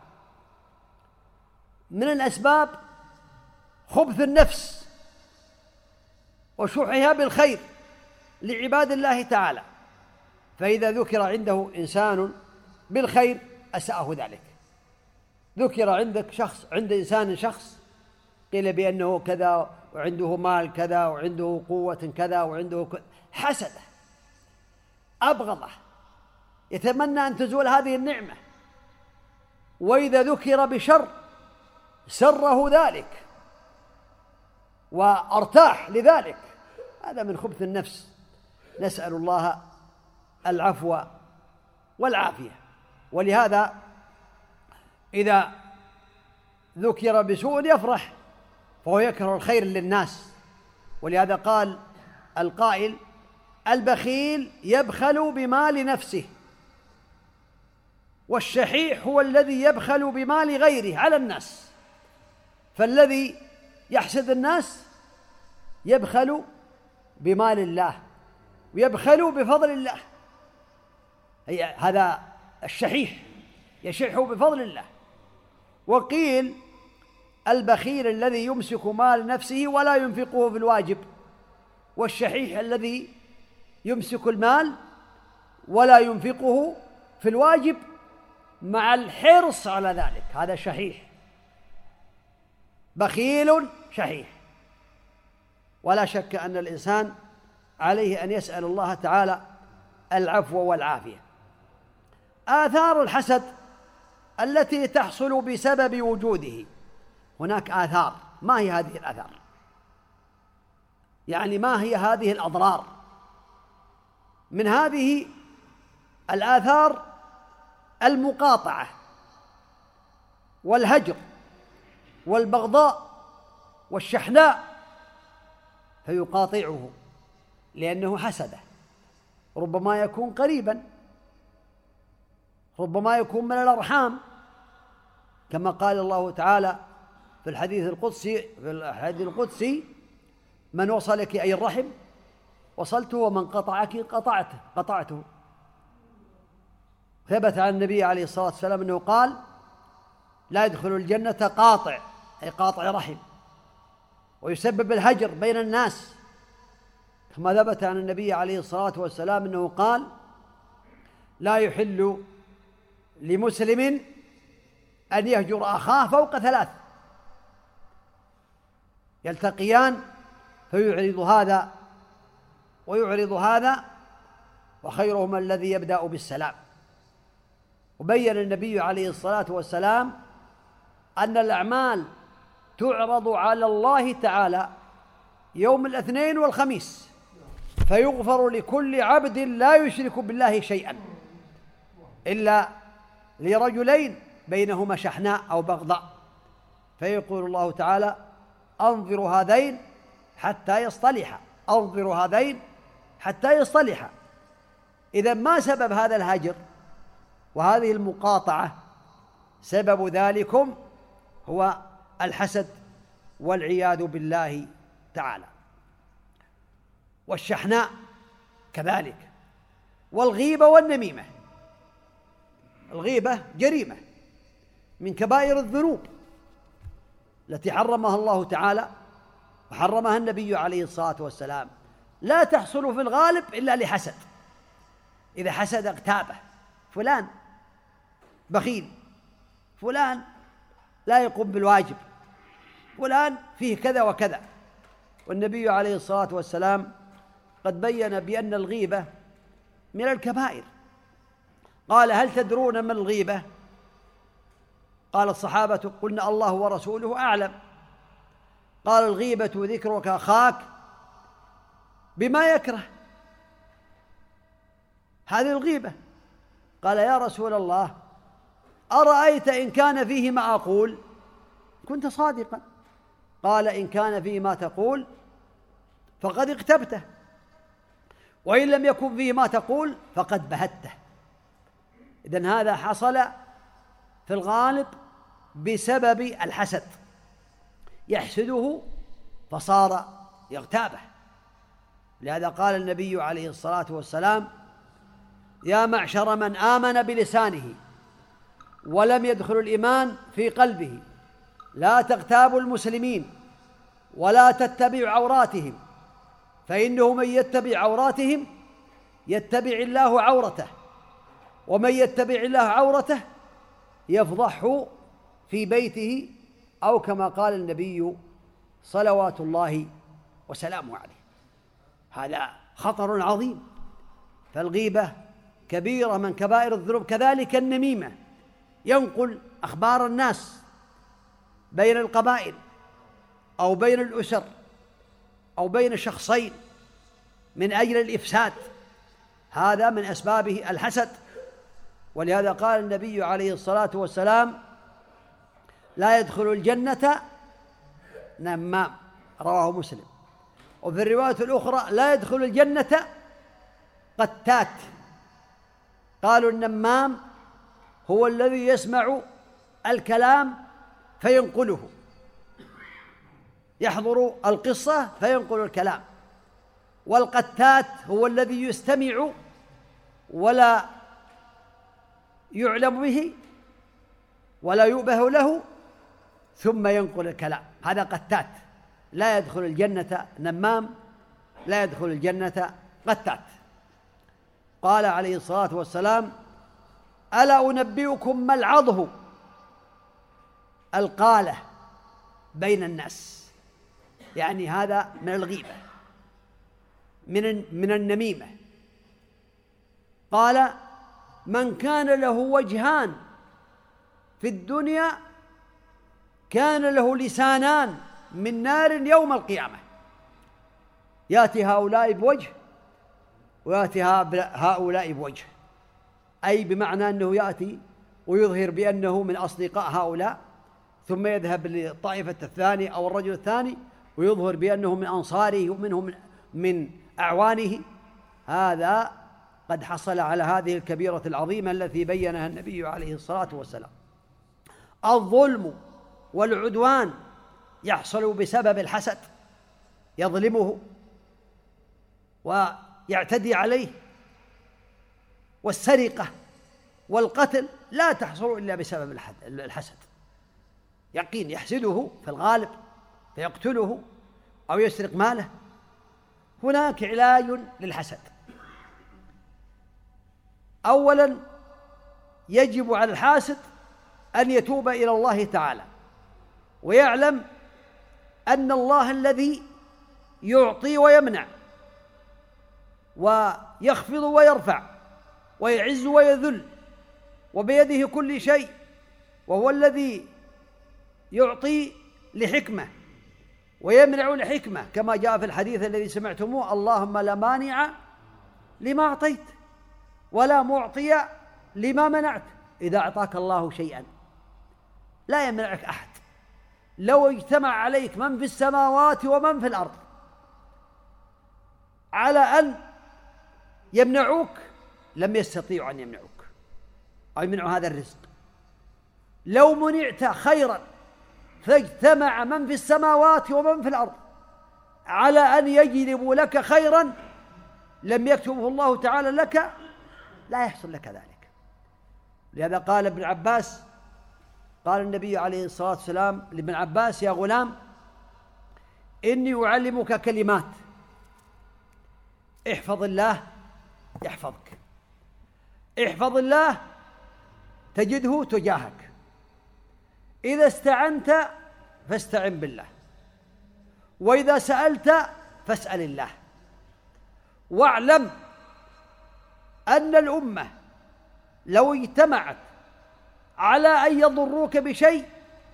من الأسباب خبث النفس وشحها بالخير لعباد الله تعالى، فإذا ذكر عنده إنسان بالخير أساءه ذلك. ذكر عندك شخص، عند إنسان شخص قيل بأنه كذا وعنده مال كذا وعنده قوة كذا وعنده ك... حسده، أبغضه، يتمنى أن تزول هذه النعمة، وإذا ذكر بشر سره ذلك وارتاح لذلك. هذا من خبث النفس، نسأل الله العفو والعافية. ولهذا إذا ذكر بسوء يفرح، فهو يكره الخير للناس. ولهذا قال القائل: البخيل يبخل بمال نفسه، والشحيح هو الذي يبخل بمال غيره على الناس. فالذي يحسد الناس يبخل بمال الله ويبخل بفضل الله، هذا الشحيح يشح بفضل الله. وقيل: البخيل الذي يمسك مال نفسه ولا ينفقه في الواجب، والشحيح الذي يمسك المال ولا ينفقه في الواجب مع الحرص على ذلك، هذا شحيح. بخيل شحيح. ولا شك أن الإنسان عليه أن يسأل الله تعالى العفو والعافية. آثار الحسد التي تحصل بسبب وجوده، هناك آثار. ما هي هذه الآثار؟ يعني ما هي هذه الأضرار؟ من هذه الآثار المقاطعة والهجر والبغضاء والشحناء، فيقاطعه لأنه حسده. ربما يكون قريبا، ربما يكون من الأرحام، كما قال الله تعالى في الحديث القدسي في الحديث القدسي: من وصلك أي الرحم وصلته، ومن قطعك قطعته قطعته. ثبت عن النبي عليه الصلاة والسلام أنه قال: لا يدخل الجنة قاطع، أي قاطع رحم، ويسبب الهجر بين الناس. كما ثبت عن النبي عليه الصلاة والسلام أنه قال: لا يحل لمسلم أن يهجر أخاه فوق ثلاث، يلتقيان فيعرض هذا ويعرض هذا، وخيرهما الذي يبدأ بالسلام. وبين النبي عليه الصلاة والسلام أن الأعمال تعرض على الله تعالى يوم الاثنين والخميس، فيغفر لكل عبد لا يشرك بالله شيئا إلا لرجلين بينهما شحناء أو بغضاء، فيقول الله تعالى: أنظر هذين حتى يصطلحا، أنظر هذين حتى يصطلحا. إذا ما سبب هذا الهجر وهذه المقاطعة؟ سبب ذلكم هو الحسد والعياذ بالله تعالى، والشحناء كذلك، والغيبة والنميمة. الغيبة جريمة من كبائر الذنوب التي حرمها الله تعالى وحرمها النبي عليه الصلاة والسلام. لا تحصل في الغالب إلا لحسد. إذا حسد اغتابه: فلان بخيل، فلان لا يقوم بالواجب، فلان فيه كذا وكذا. والنبي عليه الصلاة والسلام قد بين بأن الغيبة من الكبائر. قال: هل تدرون ما الغيبة؟ قال الصحابة: قلنا الله ورسوله أعلم. قال: الغيبة ذكرك أخاك بما يكره، هذه الغيبة. قال: يا رسول الله، أرأيت إن كان فيه ما أقول كنت صادقا. قال: إن كان فيه ما تقول فقد اغتبته، وإن لم يكن فيه ما تقول فقد بهته. إذن هذا حصل في الغالب بسبب الحسد. يحسده فصار يغتابه. لهذا قال النبي عليه الصلاة والسلام: يا معشر من آمن بلسانه ولم يدخل الإيمان في قلبه، لا تغتابوا المسلمين ولا تتبعوا عوراتهم، فإنه من يتبع عوراتهم يتبع الله عورته، ومن يتبع الله عورته يفضحه في بيته، أو كما قال النبي صلوات الله وسلامه عليه. هذا خطر عظيم، فالغيبة كبيرة من كبائر الذنوب. كذلك النميمة، ينقل أخبار الناس بين القبائل أو بين الأسر أو بين شخصين من أجل الإفساد، هذا من أسبابه الحسد. ولهذا قال النبي عليه الصلاة والسلام: لا يدخل الجنة نمام، رواه مسلم. وفي الرواية الأخرى: لا يدخل الجنة قتات. قالوا النمام هو الذي يسمع الكلام فينقله، يحضر القصة فينقل الكلام. والقتات هو الذي يستمع ولا يعلم به ولا يؤبه له ثم ينقل الكلام، هذا قتات. لا يدخل الجنة نمام، لا يدخل الجنة قتات. قال عليه الصلاة والسلام: ألا أنبئكم ما العضه؟ القالة بين الناس، يعني هذا من الغيبة، من من النميمة. قال: من كان له وجهان في الدنيا كان له لسانان من نار يوم القيامة، يأتي هؤلاء بوجه ويأتي هؤلاء بوجه، أي بمعنى أنه يأتي ويظهر بأنه من أصدقاء هؤلاء، ثم يذهب للطائفة الثانية أو الرجل الثاني ويظهر بأنه من أنصاره ومنهم من أعوانه. هذا قد حصل على هذه الكبيرة العظيمة التي بينها النبي عليه الصلاة والسلام. الظلم والعدوان يحصل بسبب الحسد، يظلمه ويعتدي عليه. والسرقة والقتل لا تحصل إلا بسبب الحسد، يقين يحسده في الغالب فيقتله أو يسرق ماله. هناك علاج للحسد. أولا، يجب على الحاسد أن يتوب إلى الله تعالى، ويعلم أن الله الذي يعطي ويمنع ويخفض ويرفع ويعز ويذل، وبيده كل شيء، وهو الذي يعطي لحكمة ويمنع لحكمة، كما جاء في الحديث الذي سمعتموه: اللهم لا مانع لما أعطيت ولا معطي لما منعت. إذا أعطاك الله شيئا لا يمنعك أحد، لو اجتمع عليك من في السماوات ومن في الأرض على أن يمنعوك لم يستطيعوا أن يمنعوك أو يمنعوا هذا الرزق. لو منعت خيرا فاجتمع من في السماوات ومن في الأرض على أن يجلبوا لك خيرا لم يكتبه الله تعالى لك، لا يحصل لك ذلك. لهذا قال ابن عباس، قال النبي عليه الصلاة والسلام لابن عباس: يا غلام إني أعلمك كلمات، احفظ الله يحفظك، احفظ الله تجده تجاهك، إذا استعنت فاستعن بالله، وإذا سألت فاسأل الله، واعلم أن الأمة لو اجتمعت على أن يضروك بشيء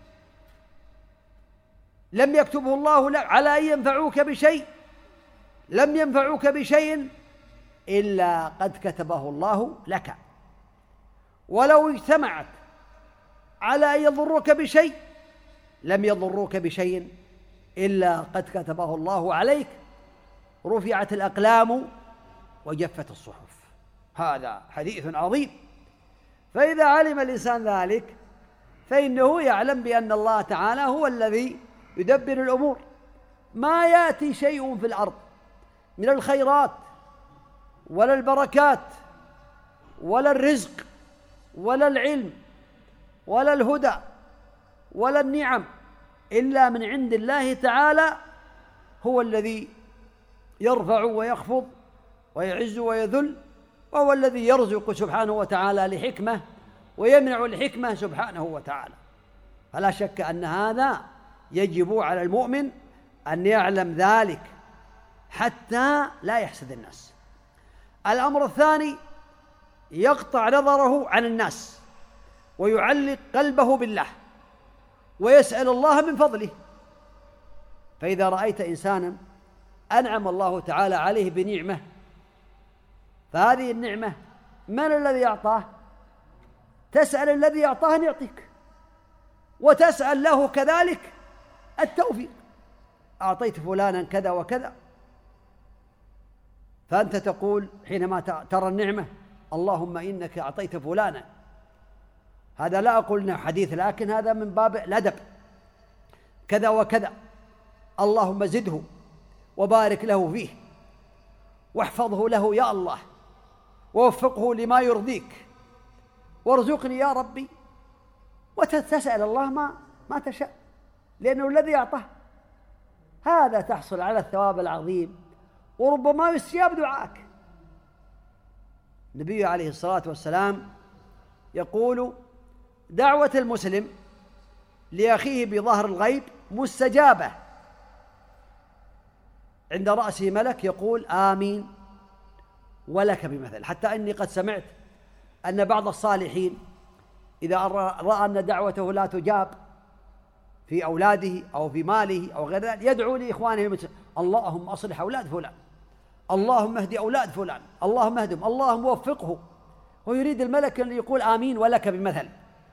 لم يكتبه الله لك، على أن ينفعوك بشيء لم ينفعوك بشيء إلا قد كتبه الله لك، ولو اجتمعت على أن يضروك بشيء لم يضروك بشيء إلا قد كتبه الله عليك. رفعت الأقلام وجفت الصحف. هذا حديث عظيم. فإذا علم الإنسان ذلك فإنه يعلم بأن الله تعالى هو الذي يدبر الأمور. ما يأتي شيء في الأرض من الخيرات ولا البركات ولا الرزق ولا العلم ولا الهدى ولا النعم إلا من عند الله تعالى، هو الذي يرفع ويخفض ويعز ويذل، وهو الذي يرزق سبحانه وتعالى لحكمة ويمنع الحكمة سبحانه وتعالى. فلا شك أن هذا يجب على المؤمن أن يعلم ذلك حتى لا يحسد الناس. الأمر الثاني، يقطع نظره عن الناس ويعلق قلبه بالله ويسأل الله من فضله. فإذا رأيت إنسانا أنعم الله تعالى عليه بنعمة، فهذه النعمة من الذي أعطاه؟ تسأل الذي أعطاه أن يعطيك، وتسأل له كذلك التوفيق. أعطيت فلانا كذا وكذا، فأنت تقول حينما ترى النعمة اللهم إنك أعطيت فلانا. هذا لا أقول إنه حديث، لكن هذا من باب الأدب. كذا وكذا، اللهم زده وبارك له فيه واحفظه له يا الله، ووفقه لما يرضيك، وارزقني يا ربي. وتسأل الله ما ما تشاء، لأنه الذي أعطاه. هذا تحصل على الثواب العظيم، وربما يستجاب دعاءك. النبي عليه الصلاة والسلام يقول: دعوة المسلم لأخيه بظهر الغيب مستجابة، عند رأسه ملك يقول آمين ولك بمثل. حتى إني قد سمعت أن بعض الصالحين إذا رأى أن دعوته لا تجاب في أولاده أو في ماله أو غير ذلك يدعو لإخوانه المسلمين: اللهم أصلح أولاد فلان، اللهم اهدي أولاد فلان، اللهم اهدهم، اللهم وفقه. ويريد الملك أن يقول آمين ولك بمثل،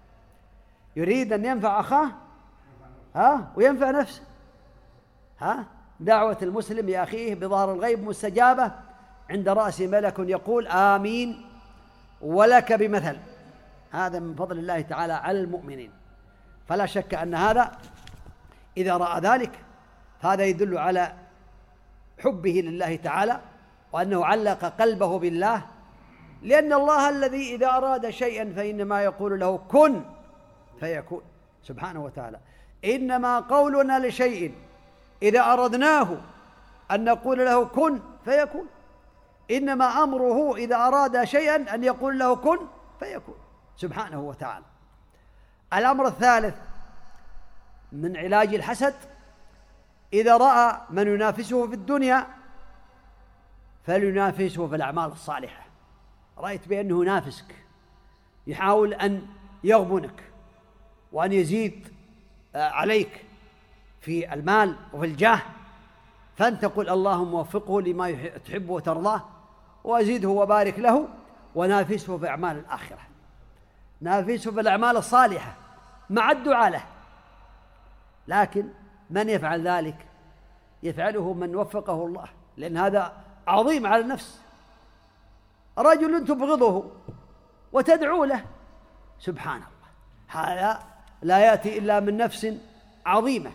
يريد أن ينفع أخاه ها وينفع نفسه. ها دعوة المسلم لأخيه بظهر الغيب مستجابة، عند رأسه ملك يقول آمين ولك بمثل. هذا من فضل الله تعالى على المؤمنين. فلا شك أن هذا إذا رأى ذلك هذا يدل على حبه لله تعالى، وأنه علق قلبه بالله، لأن الله الذي إذا أراد شيئا فإنما يقول له كن فيكون سبحانه وتعالى. إنما قولنا لشيء إذا أردناه أن نقول له كن فيكون، إنما أمره إذا أراد شيئا أن يقول له كن فيكون سبحانه وتعالى. الأمر الثالث من علاج الحسد، إذا رأى من ينافسه في الدنيا فلينافسه في الأعمال الصالحة. رأيت بأنه ينافسك، يحاول أن يغبنك وأن يزيد عليك في المال وفي الجاه، فأنت قل اللهم وفقه لما تحب وترضاه، وأزيده وبارك له، ونافسه في أعمال الآخرة، نافسه في الأعمال الصالحة مع الدعاء له. لكن من يفعل ذلك؟ يفعله من وفقه الله، لأن هذا عظيم على النفس. رجل تبغضه وتدعو له، سبحان الله، هذا لا يأتي إلا من نفس عظيمة.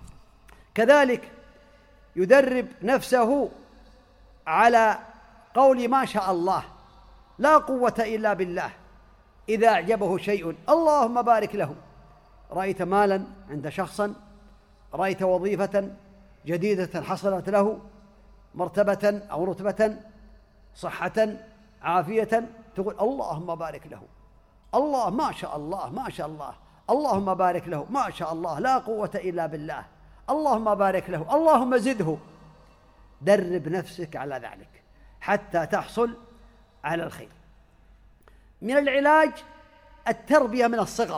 كذلك يدرب نفسه على قول ما شاء الله، لا قوة إلا بالله. إذا أعجبه شيء اللهم بارك له. رأيت مالا عند شخص، رأيت وظيفة جديدة حصلت له، مرتبة أو رتبة، صحة، عافية، تقول اللهم بارك له، الله ما شاء الله ما شاء الله، اللهم بارك له ما شاء الله، لا قوة إلا بالله، اللهم بارك له، اللهم زده. درب نفسك على ذلك حتى تحصل على الخير. من العلاج التربية من الصغر،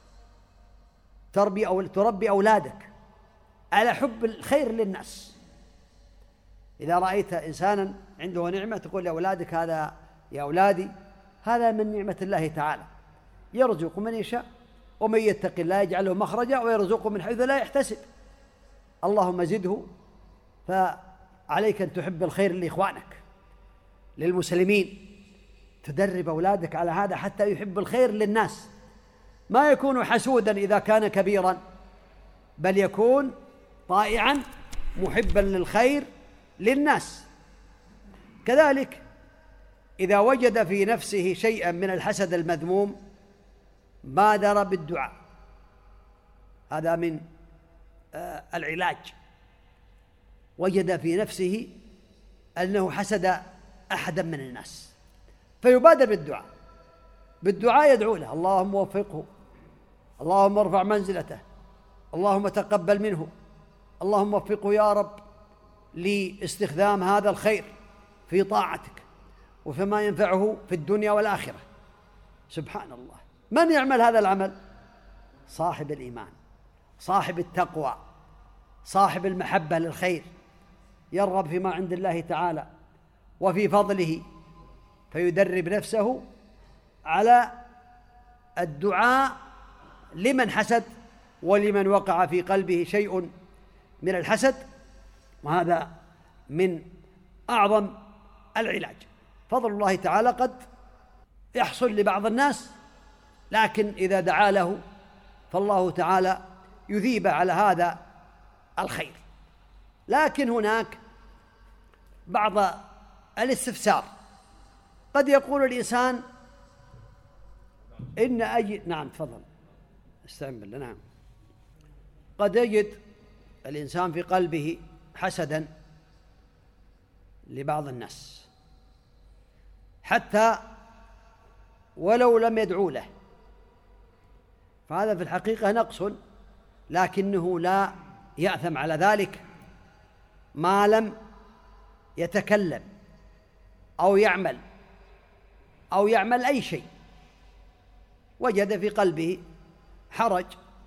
تربي أو تربي أولادك على حب الخير للناس. إذا رأيت إنسانا عنده نعمة تقول لأولادك هذا يا أولادي هذا من نعمة الله تعالى، يرزق من يشاء ومن يتق الله يجعله مخرجا ويرزقه من حيث لا يحتسب. اللهم زده. فعليك أن تحب الخير لإخوانك للمسلمين، تدرب أولادك على هذا حتى يحب الخير للناس، ما يكون حسودا إذا كان كبيرا، بل يكون طائعا محبا للخير للناس. كذلك إذا وجد في نفسه شيئا من الحسد المذموم بادر بالدعاء، هذا من آه العلاج. وجد في نفسه أنه حسد أحدا من الناس فيبادر بالدعاء، بالدعاء يدعو له: اللهم وفقه، اللهم ارفع منزلته، اللهم تقبل منه، اللهم وفقه يا رب لاستخدام هذا الخير في طاعتك وفيما ينفعه في الدنيا والآخرة. سبحان الله، من يعمل هذا العمل؟ صاحب الإيمان، صاحب التقوى، صاحب المحبة للخير، يرغب فيما عند الله تعالى وفي فضله، فيدرب نفسه على الدعاء لمن حسد ولمن وقع في قلبه شيء من الحسد، وهذا من أعظم العلاج. فضل الله تعالى قد يحصل لبعض الناس، لكن إذا دعا له فالله تعالى يثيب على هذا الخير. لكن هناك بعض الاستفسار، قد يقول الإنسان إن أجد نعم تفضل استعن بالله نعم قد يجد الإنسان في قلبه حسدا لبعض الناس حتى ولو لم يدعو له، فهذا في الحقيقة نقص، لكنه لا يأثم على ذلك ما لم يتكلم أو يعمل أو يعمل أي شيء. وجد في قلبه حرج،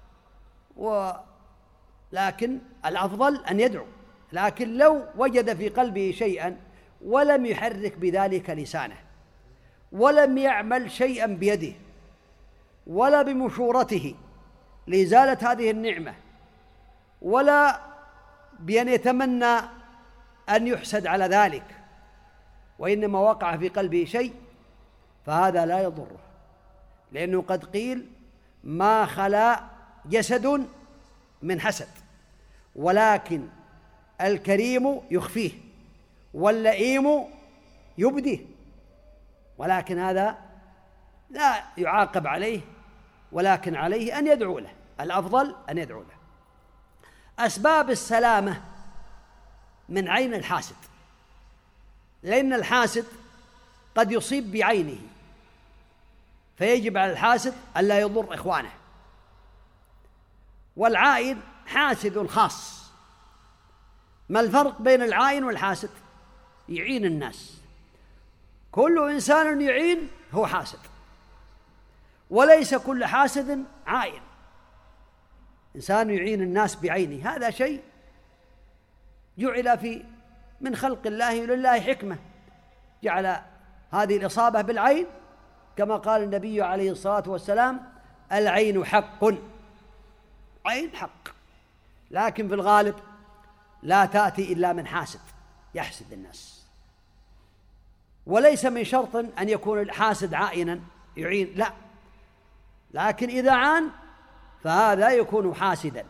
ولكن الأفضل أن يدعو. لكن لو وجد في قلبه شيئا ولم يحرك بذلك لسانه ولم يعمل شيئا بيده ولا بمشورته لإزالة هذه النعمة ولا بأن يتمنى أن يحسد على ذلك، وإنما وقع في قلبه شيء، فهذا لا يضره، لأنه قد قيل: ما خلا جسد من حسد، ولكن الكريم يخفيه واللئيم يبديه. ولكن هذا لا يعاقب عليه، ولكن عليه أن يدعو له، الأفضل أن يدعو له. أسباب السلامة من عين الحاسد، لأن الحاسد قد يصيب بعينه، فيجب على الحاسد ألا يضر إخوانه. والعائن حاسد خاص. ما الفرق بين العائن والحاسد؟ يعين الناس، كل إنسان يعين هو حاسد، وليس كل حاسد عائن. إنسان يعين الناس بعينه، هذا شيء جعل في من خلق الله، ولله حكمة جعل هذه الإصابة بالعين، كما قال النبي عليه الصلاة والسلام: العين حق، عين حق. لكن في الغالب لا تأتي إلا من حاسد يحسد الناس. وليس من شرط أن يكون الحاسد عائنا يعين، لا، لكن إذا عان فهذا يكون حاسدا.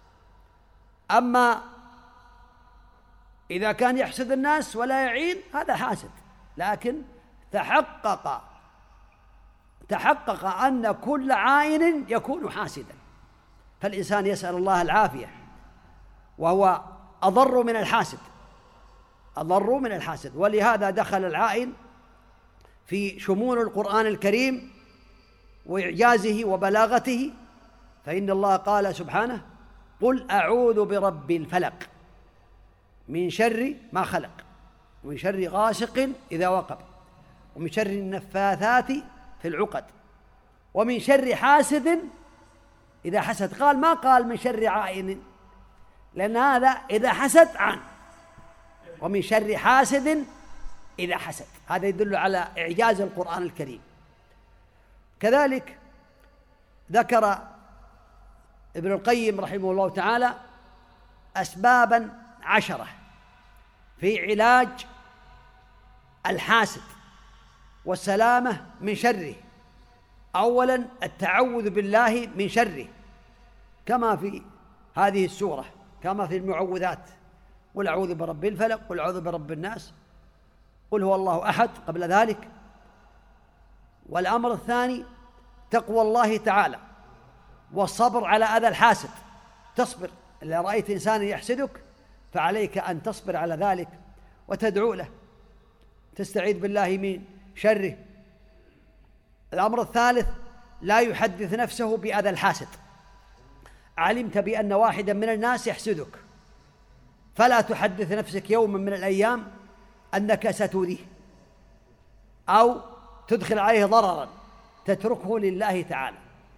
أما إذا كان يحسد الناس ولا يعين هذا حاسد، لكن تحقق تحقق أن كل عائن يكون حاسدا، فالإنسان يسأل الله العافية، وهو أضر من الحاسد، أضر من الحاسد. ولهذا دخل العائن في شمول القرآن الكريم وإعجازه وبلاغته، فإن الله قال سبحانه: قل أعوذ برب الفلق من شر ما خلق ومن شر غاسق إذا وقب ومن شر النفاثات في العقد ومن شر حاسد إذا حسد. قال ما قال من شر عائن، لأن هذا إذا حسد عان، ومن شر حاسد إذا حسد، هذا يدل على إعجاز القرآن الكريم. كذلك ذكر ابن القيم رحمه الله تعالى أسبابا عشرة في علاج الحاسد والسلامة من شره. أولا التعوذ بالله من شره، كما في هذه السورة: كما في المعوذات: قل أعوذ برب الفلق، قل أعوذ برب الناس، قل هو الله أحد قبل ذلك. والأمر الثاني تقوى الله تعالى والصبر على أذى الحاسد، تصبر. إذا رأيت إنسانا يحسدك فعليك أن تصبر على ذلك وتدعو له، تستعيذ بالله من شره. الأمر الثالث لا يحدث نفسه بأذى الحاسد. علمت بأن واحدا من الناس يحسدك، فلا تحدث نفسك يوما من الأيام أنك ستؤذيه أو تدخل عليه ضررا، تتركه لله تعالى.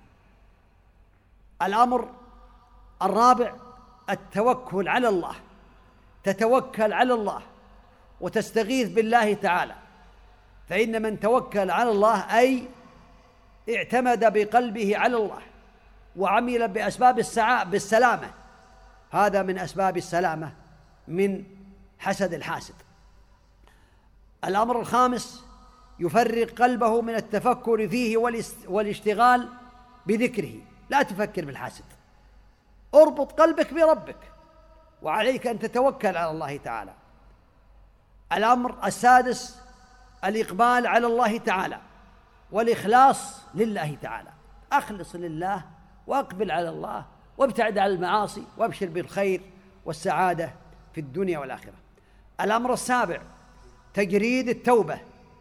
الأمر الرابع التوكل على الله، تتوكل على الله وتستغيث بالله تعالى، فإن من توكل على الله أي اعتمد بقلبه على الله وعمل بأسباب بالسلامة، هذا من أسباب السلامة من حسد الحاسد. الأمر الخامس يفرغ قلبه من التفكر فيه والاشتغال بذكره، لا تفكر بالحاسد، اربط قلبك بربك وعليك أن تتوكل على الله تعالى. الأمر السادس الإقبال على الله تعالى والإخلاص لله تعالى، أخلص لله وأقبل على الله وابتعد عن المعاصي وابشر بالخير والسعادة في الدنيا والآخرة. الأمر السابع تجريد التوبة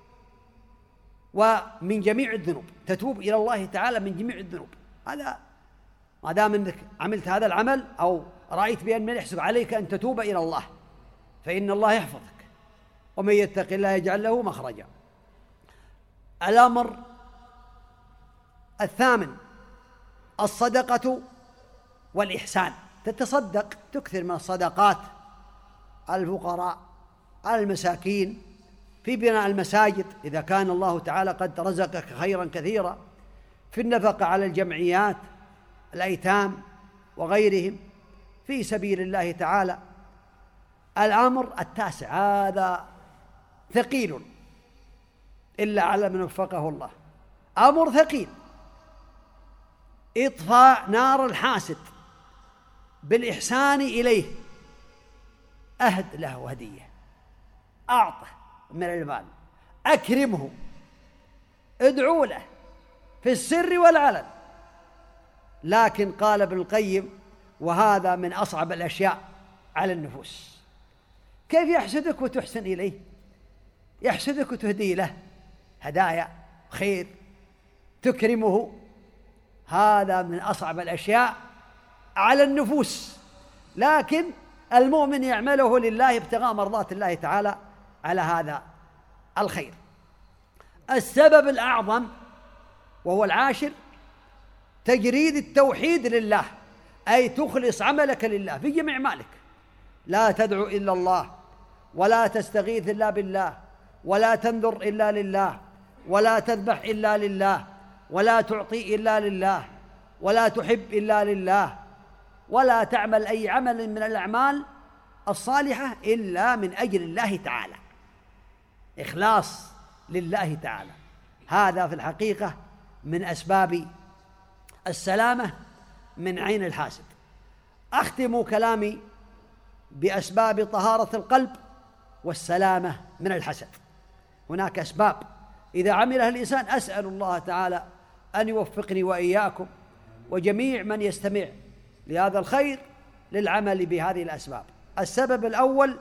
ومن جميع الذنوب، تتوب إلى الله تعالى من جميع الذنوب. هذا ما دام أنك عملت هذا العمل أو رأيت بأن من يحسب عليك أن تتوب إلى الله، فإن الله يحفظك، ومن يتق الله يجعل له مخرجا. الأمر الثامن الصدقة والإحسان، تتصدق، تكثر من الصدقات على الفقراء، على المساكين، في بناء المساجد إذا كان الله تعالى قد رزقك خيرا كثيرا، في النفقة على الجمعيات، الأيتام وغيرهم في سبيل الله تعالى. الأمر التاسع هذا ثقيل إلا على من وفقه الله، أمر ثقيل: إطفاء نار الحاسد بالإحسان إليه، أهد له هدية، أعطه من المال، أكرمه، ادعو له في السر والعلن. لكن قال ابن القيم وهذا من أصعب الأشياء على النفوس: كيف يحسدك وتحسن إليه؟ يحسدك وتهدي له هدايا خير، تكرمه، هذا من أصعب الأشياء على النفوس، لكن المؤمن يعمله لله ابتغاء مرضات الله تعالى على هذا الخير. السبب الأعظم وهو العاشر تجريد التوحيد لله، أي تخلص عملك لله في جميع مالك، لا تدعو إلا الله، ولا تستغيث إلا بالله، ولا تنذر إلا لله، ولا تذبح إلا لله، ولا تعطي إلا لله، ولا تحب إلا لله، ولا تعمل أي عمل من الأعمال الصالحة إلا من أجل الله تعالى، إخلاص لله تعالى. هذا في الحقيقة من أسباب السلامة من عين الحاسد. أختم كلامي بأسباب طهارة القلب والسلامة من الحسد. هناك أسباب إذا عملها الإنسان، أسأل الله تعالى أن يوفقني وإياكم وجميع من يستمع لهذا الخير للعمل بهذه الأسباب. السبب الأول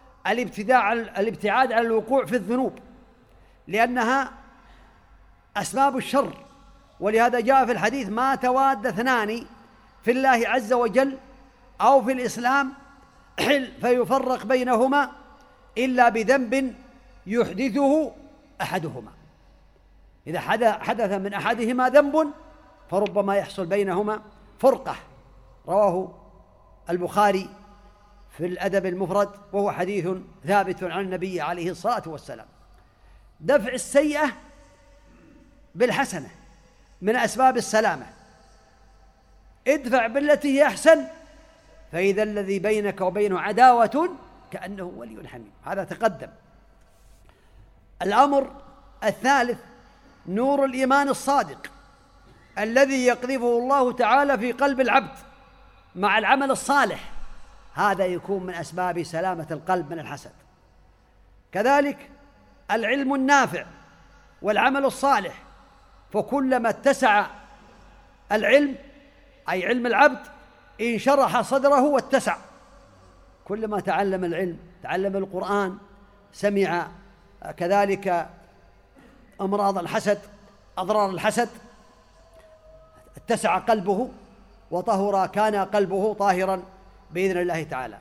الابتعاد عن الوقوع في الذنوب، لأنها أسباب الشر، ولهذا جاء في الحديث: ما تواد اثنان في الله عز وجل أو في الإسلام فيفرق بينهما إلا بذنب يحدثه أحدهما. إذا حدث من أحدهما ذنب فربما يحصل بينهما فرقة، رواه البخاري في الأدب المفرد، وهو حديث ثابت عن النبي عليه الصلاة والسلام. دفع السيئة بالحسنة من أسباب السلامة، ادفع بالتي هي أحسن فإذا الذي بينك وبينه عداوة كأنه ولي حميم، هذا تقدم. الأمر الثالث نور الإيمان الصادق الذي يقذفه الله تعالى في قلب العبد مع العمل الصالح، هذا يكون من أسباب سلامة القلب من الحسد. كذلك العلم النافع والعمل الصالح، فكلما اتسع العلم أي علم العبد انشرح صدره واتسع، كلما تعلم العلم، تعلم القرآن، سمع كذلك أمراض الحسد، أضرار الحسد، اتسع قلبه وطهر، كان قلبه طاهرا بإذن الله تعالى.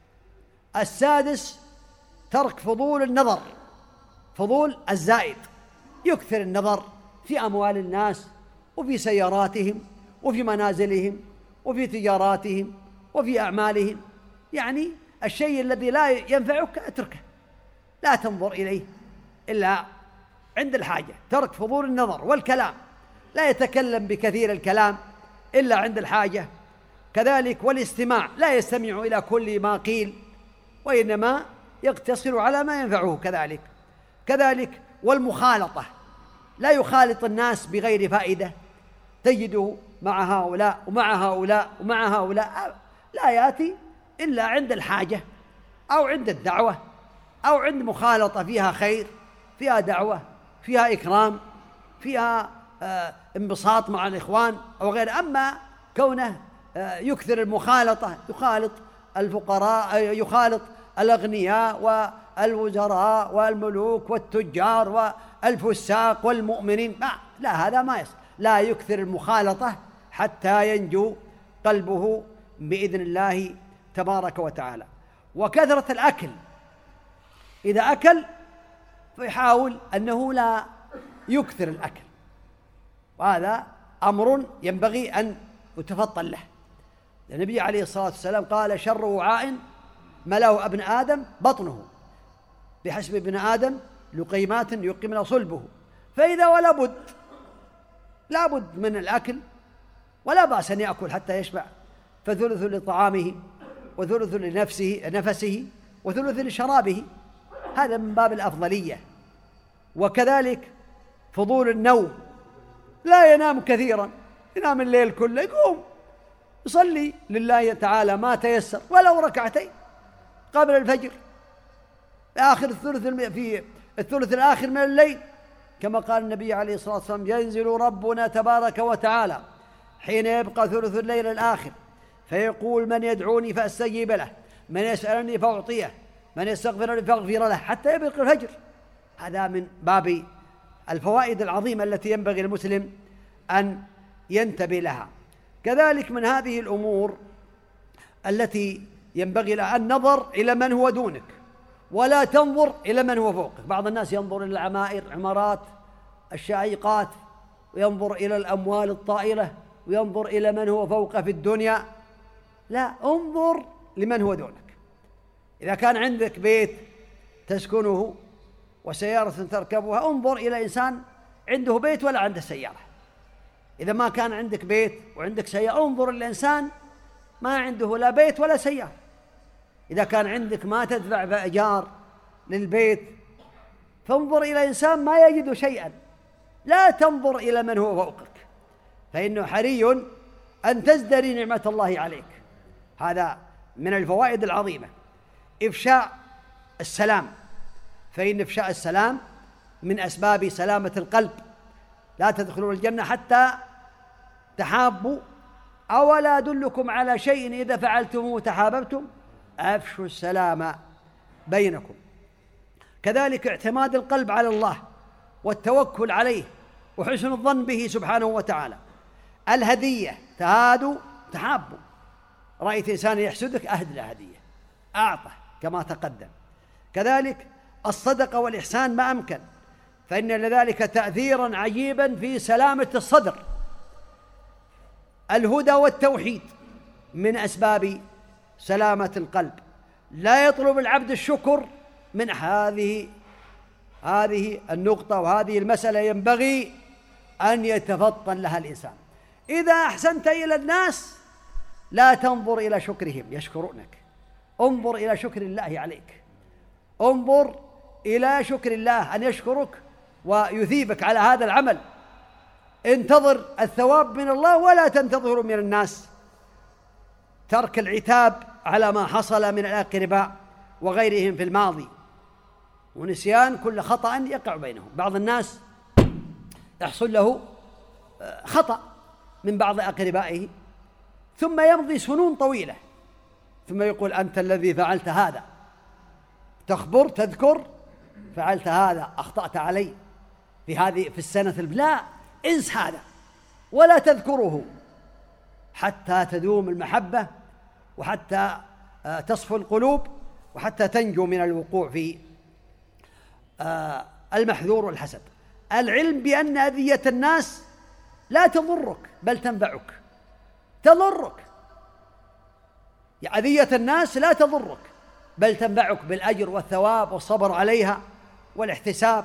السادس ترك فضول النظر، فضول الزائد، يكثر النظر في أموال الناس وفي سياراتهم وفي منازلهم وفي تجاراتهم وفي أعمالهم، يعني الشيء الذي لا ينفعك اتركه، لا تنظر إليه إلا عند الحاجة. ترك فضول النظر والكلام، لا يتكلم بكثير الكلام إلا عند الحاجة. كذلك والاستماع، لا يستمع إلى كل ما قيل وإنما يقتصر على ما ينفعه. كذلك كذلك والمخالطة، لا يخالط الناس بغير فائدة، تجده مع هؤلاء ومع هؤلاء ومع هؤلاء، لا يأتي إلا عند الحاجة أو عند الدعوة أو عند مخالطة فيها خير، فيها دعوة، فيها إكرام، فيها آه انبساط مع الإخوان أو غير. أما كونه آه يكثر المخالطة، يخالط الفقراء، يخالط الأغنياء والوزراء والملوك والتجار والفساق والمؤمنين، لا, لا هذا ما يصل، لا يكثر المخالطة حتى ينجو قلبه بإذن الله تبارك وتعالى. وكثرة الأكل، إذا أكل فيحاول أنه لا يكثر الأكل، وهذا أمر ينبغي أن يتفطن له. النبي عليه الصلاة والسلام قال: شر وعاء ملأه ابن آدم بطنه، بحسب ابن آدم لقيمات يقمن صلبه، فإذا ولا بد لا بد من الأكل، ولا بأس أن يأكل حتى يشبع، فثلث لطعامه وثلث لنفسه نفسه وثلث لشرابه، هذا من باب الأفضلية. وكذلك فضول النوم، لا ينام كثيرا، ينام الليل كله، يقوم يصلي لله تعالى ما تيسر ولو ركعتين قبل الفجر في آخر الثلث في الثلث الآخر من الليل، كما قال النبي عليه الصلاة والسلام: ينزل ربنا تبارك وتعالى حين يبقى ثلث الليل الآخر فيقول: من يدعوني فأستجيب له، من يسألني فأعطيه، من يستغفرني فأغفر له، حتى يبلغ الفجر. هذا من باب الفوائد العظيمة التي ينبغي المسلم أن ينتبه لها. كذلك من هذه الأمور التي ينبغي لها النظر إلى من هو دونك، ولا تنظر إلى من هو فوقك. بعض الناس ينظر إلى العمائر، عمارات، الشائقات، وينظر إلى الأموال الطائلة، وينظر إلى من هو فوقه في الدنيا. لا، انظر لمن هو دونك. إذا كان عندك بيت تسكنه وسيارة تركبها، انظر إلى إنسان عنده بيت ولا عنده سيارة. إذا ما كان عندك بيت وعندك سيارة، انظر إلى إنسان ما عنده لا بيت ولا سيارة. إذا كان عندك ما تدفع بإيجار للبيت، فانظر إلى إنسان ما يجد شيئا. لا تنظر إلى من هو فوقك، فإنه حري أن تزدري نعمة الله عليك. هذا من الفوائد العظيمة. إفشاء السلام، فإن إفشاء السلام من أسباب سلامة القلب. لا تدخلوا الجنة حتى تحابوا، أولا أدلكم على شيء إذا فعلتموه تحاببتم، أفشوا السلام بينكم. كذلك اعتماد القلب على الله والتوكل عليه وحسن الظن به سبحانه وتعالى. الهدية، تهادوا تحابوا، رأيت إنسان يحسدك أهد له هدية، أعطه كما تقدم. كذلك الصدقة والإحسان ما أمكن، فإن لذلك تأثيرا عجيبا في سلامة الصدر. الهدى والتوحيد من أسباب سلامة القلب. لا يطلب العبد الشكر من هذه هذه النقطة، وهذه المسألة ينبغي أن يتفطن لها الإنسان. إذا أحسنت إلى الناس لا تنظر إلى شكرهم يشكرونك، انظر إلى شكر الله عليك، انظر إلى شكر الله أن يشكرك ويثيبك على هذا العمل. انتظر الثواب من الله ولا تنتظر من الناس. ترك العتاب على ما حصل من الأقرباء وغيرهم في الماضي، ونسيان كل خطأ يقع بينهم. بعض الناس يحصل له خطأ من بعض أقربائه ثم يمضي سنون طويلة ثم يقول أنت الذي فعلت هذا، تخبر تذكر فعلت هذا، أخطأت علي في هذه في السنة. لا، انس هذا ولا تذكره حتى تدوم المحبة وحتى تصفو القلوب وحتى تنجو من الوقوع في المحذور والحسد. العلم بأن أذية الناس لا تضرك بل تنفعك، تضرك أذية الناس لا تضرك بل تنفعك بالأجر والثواب والصبر عليها والاحتساب.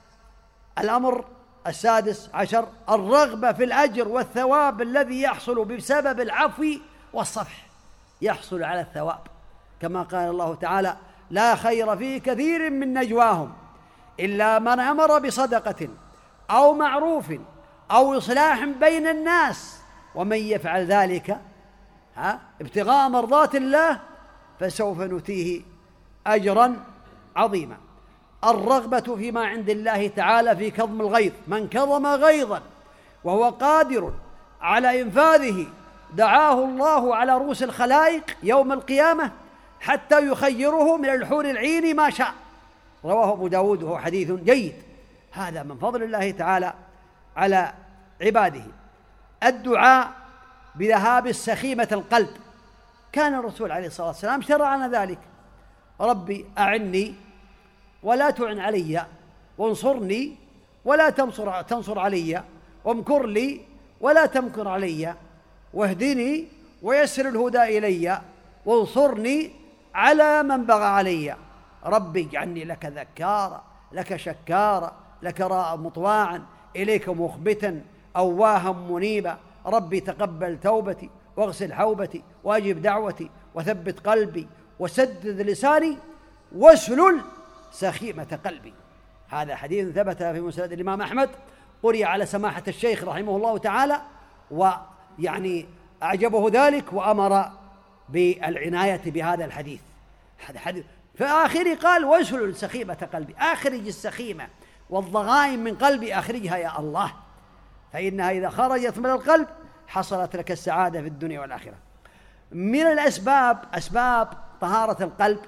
الأمر السادس عشر الرغبة في الأجر والثواب الذي يحصل بسبب العفو والصفح، يحصل على الثواب كما قال الله تعالى لا خير في كثير من نجواهم إلا من أمر بصدقة أو معروف أو إصلاح بين الناس ومن يفعل ذلك ها ابتغاء مرضات الله فسوف نؤتيه أجرا عظيما. الرغبة فيما عند الله تعالى في كظم الغيظ، من كظم غيظا وهو قادر على إنفاذه دعاه الله على رؤوس الخلائق يوم القيامة حتى يخيره من الحور العين ما شاء، رواه أبو داود وهو حديث جيد. هذا من فضل الله تعالى على عباده. الدعاء بذهاب السخيمة القلب، كان الرسول عليه الصلاة والسلام شرع لنا ذلك: ربي أعني ولا تعن علي، وانصرني ولا تنصر, تنصر علي، وامكر لي ولا تمكر علي، واهدني ويسر الهدى إلي، وانصرني على من بغى علي. ربي اجعلني لك ذكارا لك شكارا لك راء مطواعا إليك مخبتا أواها منيبا. ربي تقبل توبتي واغسل حوبتي واجب دعوتي وثبت قلبي وسدد لساني واسلل سخيمة قلبي. هذا حديث ثبت في مسند الإمام أحمد، قرئ على سماحة الشيخ رحمه الله تعالى ويعني أعجبه ذلك وأمر بالعناية بهذا الحديث. هذا حديث في آخره قال واسلل سخيمة قلبي، أخرج السخيمة والضغائن من قلبي، أخرجها يا الله، فإنها إذا خرجت من القلب حصلت لك السعادة في الدنيا والآخرة. من الأسباب أسباب طهارة القلب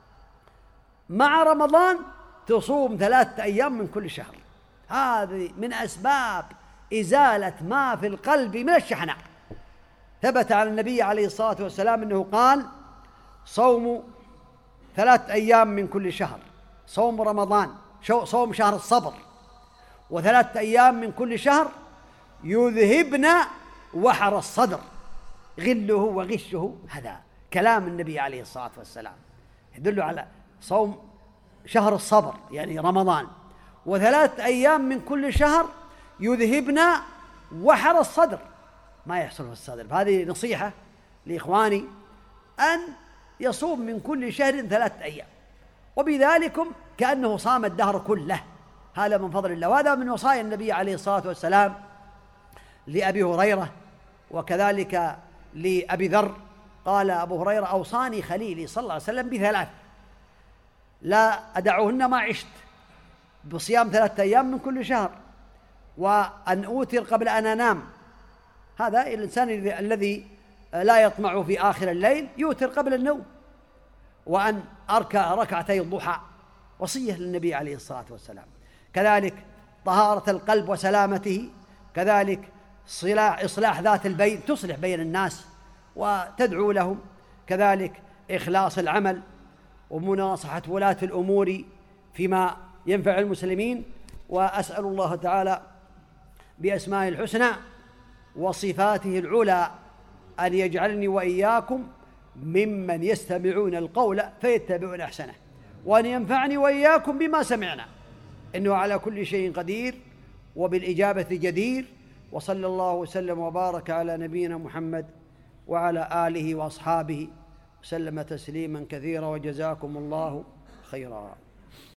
مع رمضان تصوم ثلاثة أيام من كل شهر، هذه من أسباب إزالة ما في القلب من الشحناء. ثبت عن النبي عليه الصلاة والسلام أنه قال صوم ثلاثة أيام من كل شهر، صوم رمضان صوم شهر الصبر، وثلاثة أيام من كل شهر يذهبن وحر الصدر غله وغشه. هذا كلام النبي عليه الصلاة والسلام يدل على صوم شهر الصبر يعني رمضان، وثلاثة أيام من كل شهر يذهبن وحر الصدر، ما يحصل في الصدر. فهذه نصيحة لإخواني أن يصوم من كل شهر ثلاثة أيام، وبذلكم كأنه صام الدهر كله. هذا من فضل الله، وهذا من وصايا النبي عليه الصلاة والسلام لأبي هريرة وكذلك لأبي ذر. قال أبو هريرة أوصاني خليلي صلى الله عليه وسلم بثلاث لا أدعوهن ما عشت، بصيام ثلاثة أيام من كل شهر، وأن أوتر قبل أن أنام، هذا الإنسان الذي لا يطمع في آخر الليل يوتر قبل النوم، وأن أركع ركعتي الضحى، وصية للنبي عليه الصلاة والسلام. كذلك طهارة القلب وسلامته، كذلك صلاح إصلاح ذات البين، تصلح بين الناس وتدعو لهم، كذلك إخلاص العمل ومناصحة ولاة الأمور فيما ينفع المسلمين. وأسأل الله تعالى بأسمائه الحسنى وصفاته العلى أن يجعلني وإياكم ممن يستمعون القول فيتبعون أحسنه، وأن ينفعني وإياكم بما سمعنا، إنه على كل شيء قدير وبالإجابة جدير. وصلى الله وسلم وبارك على نبينا محمد وعلى آله وأصحابه وسلم تسليما كثيرا، وجزاكم الله خيرا.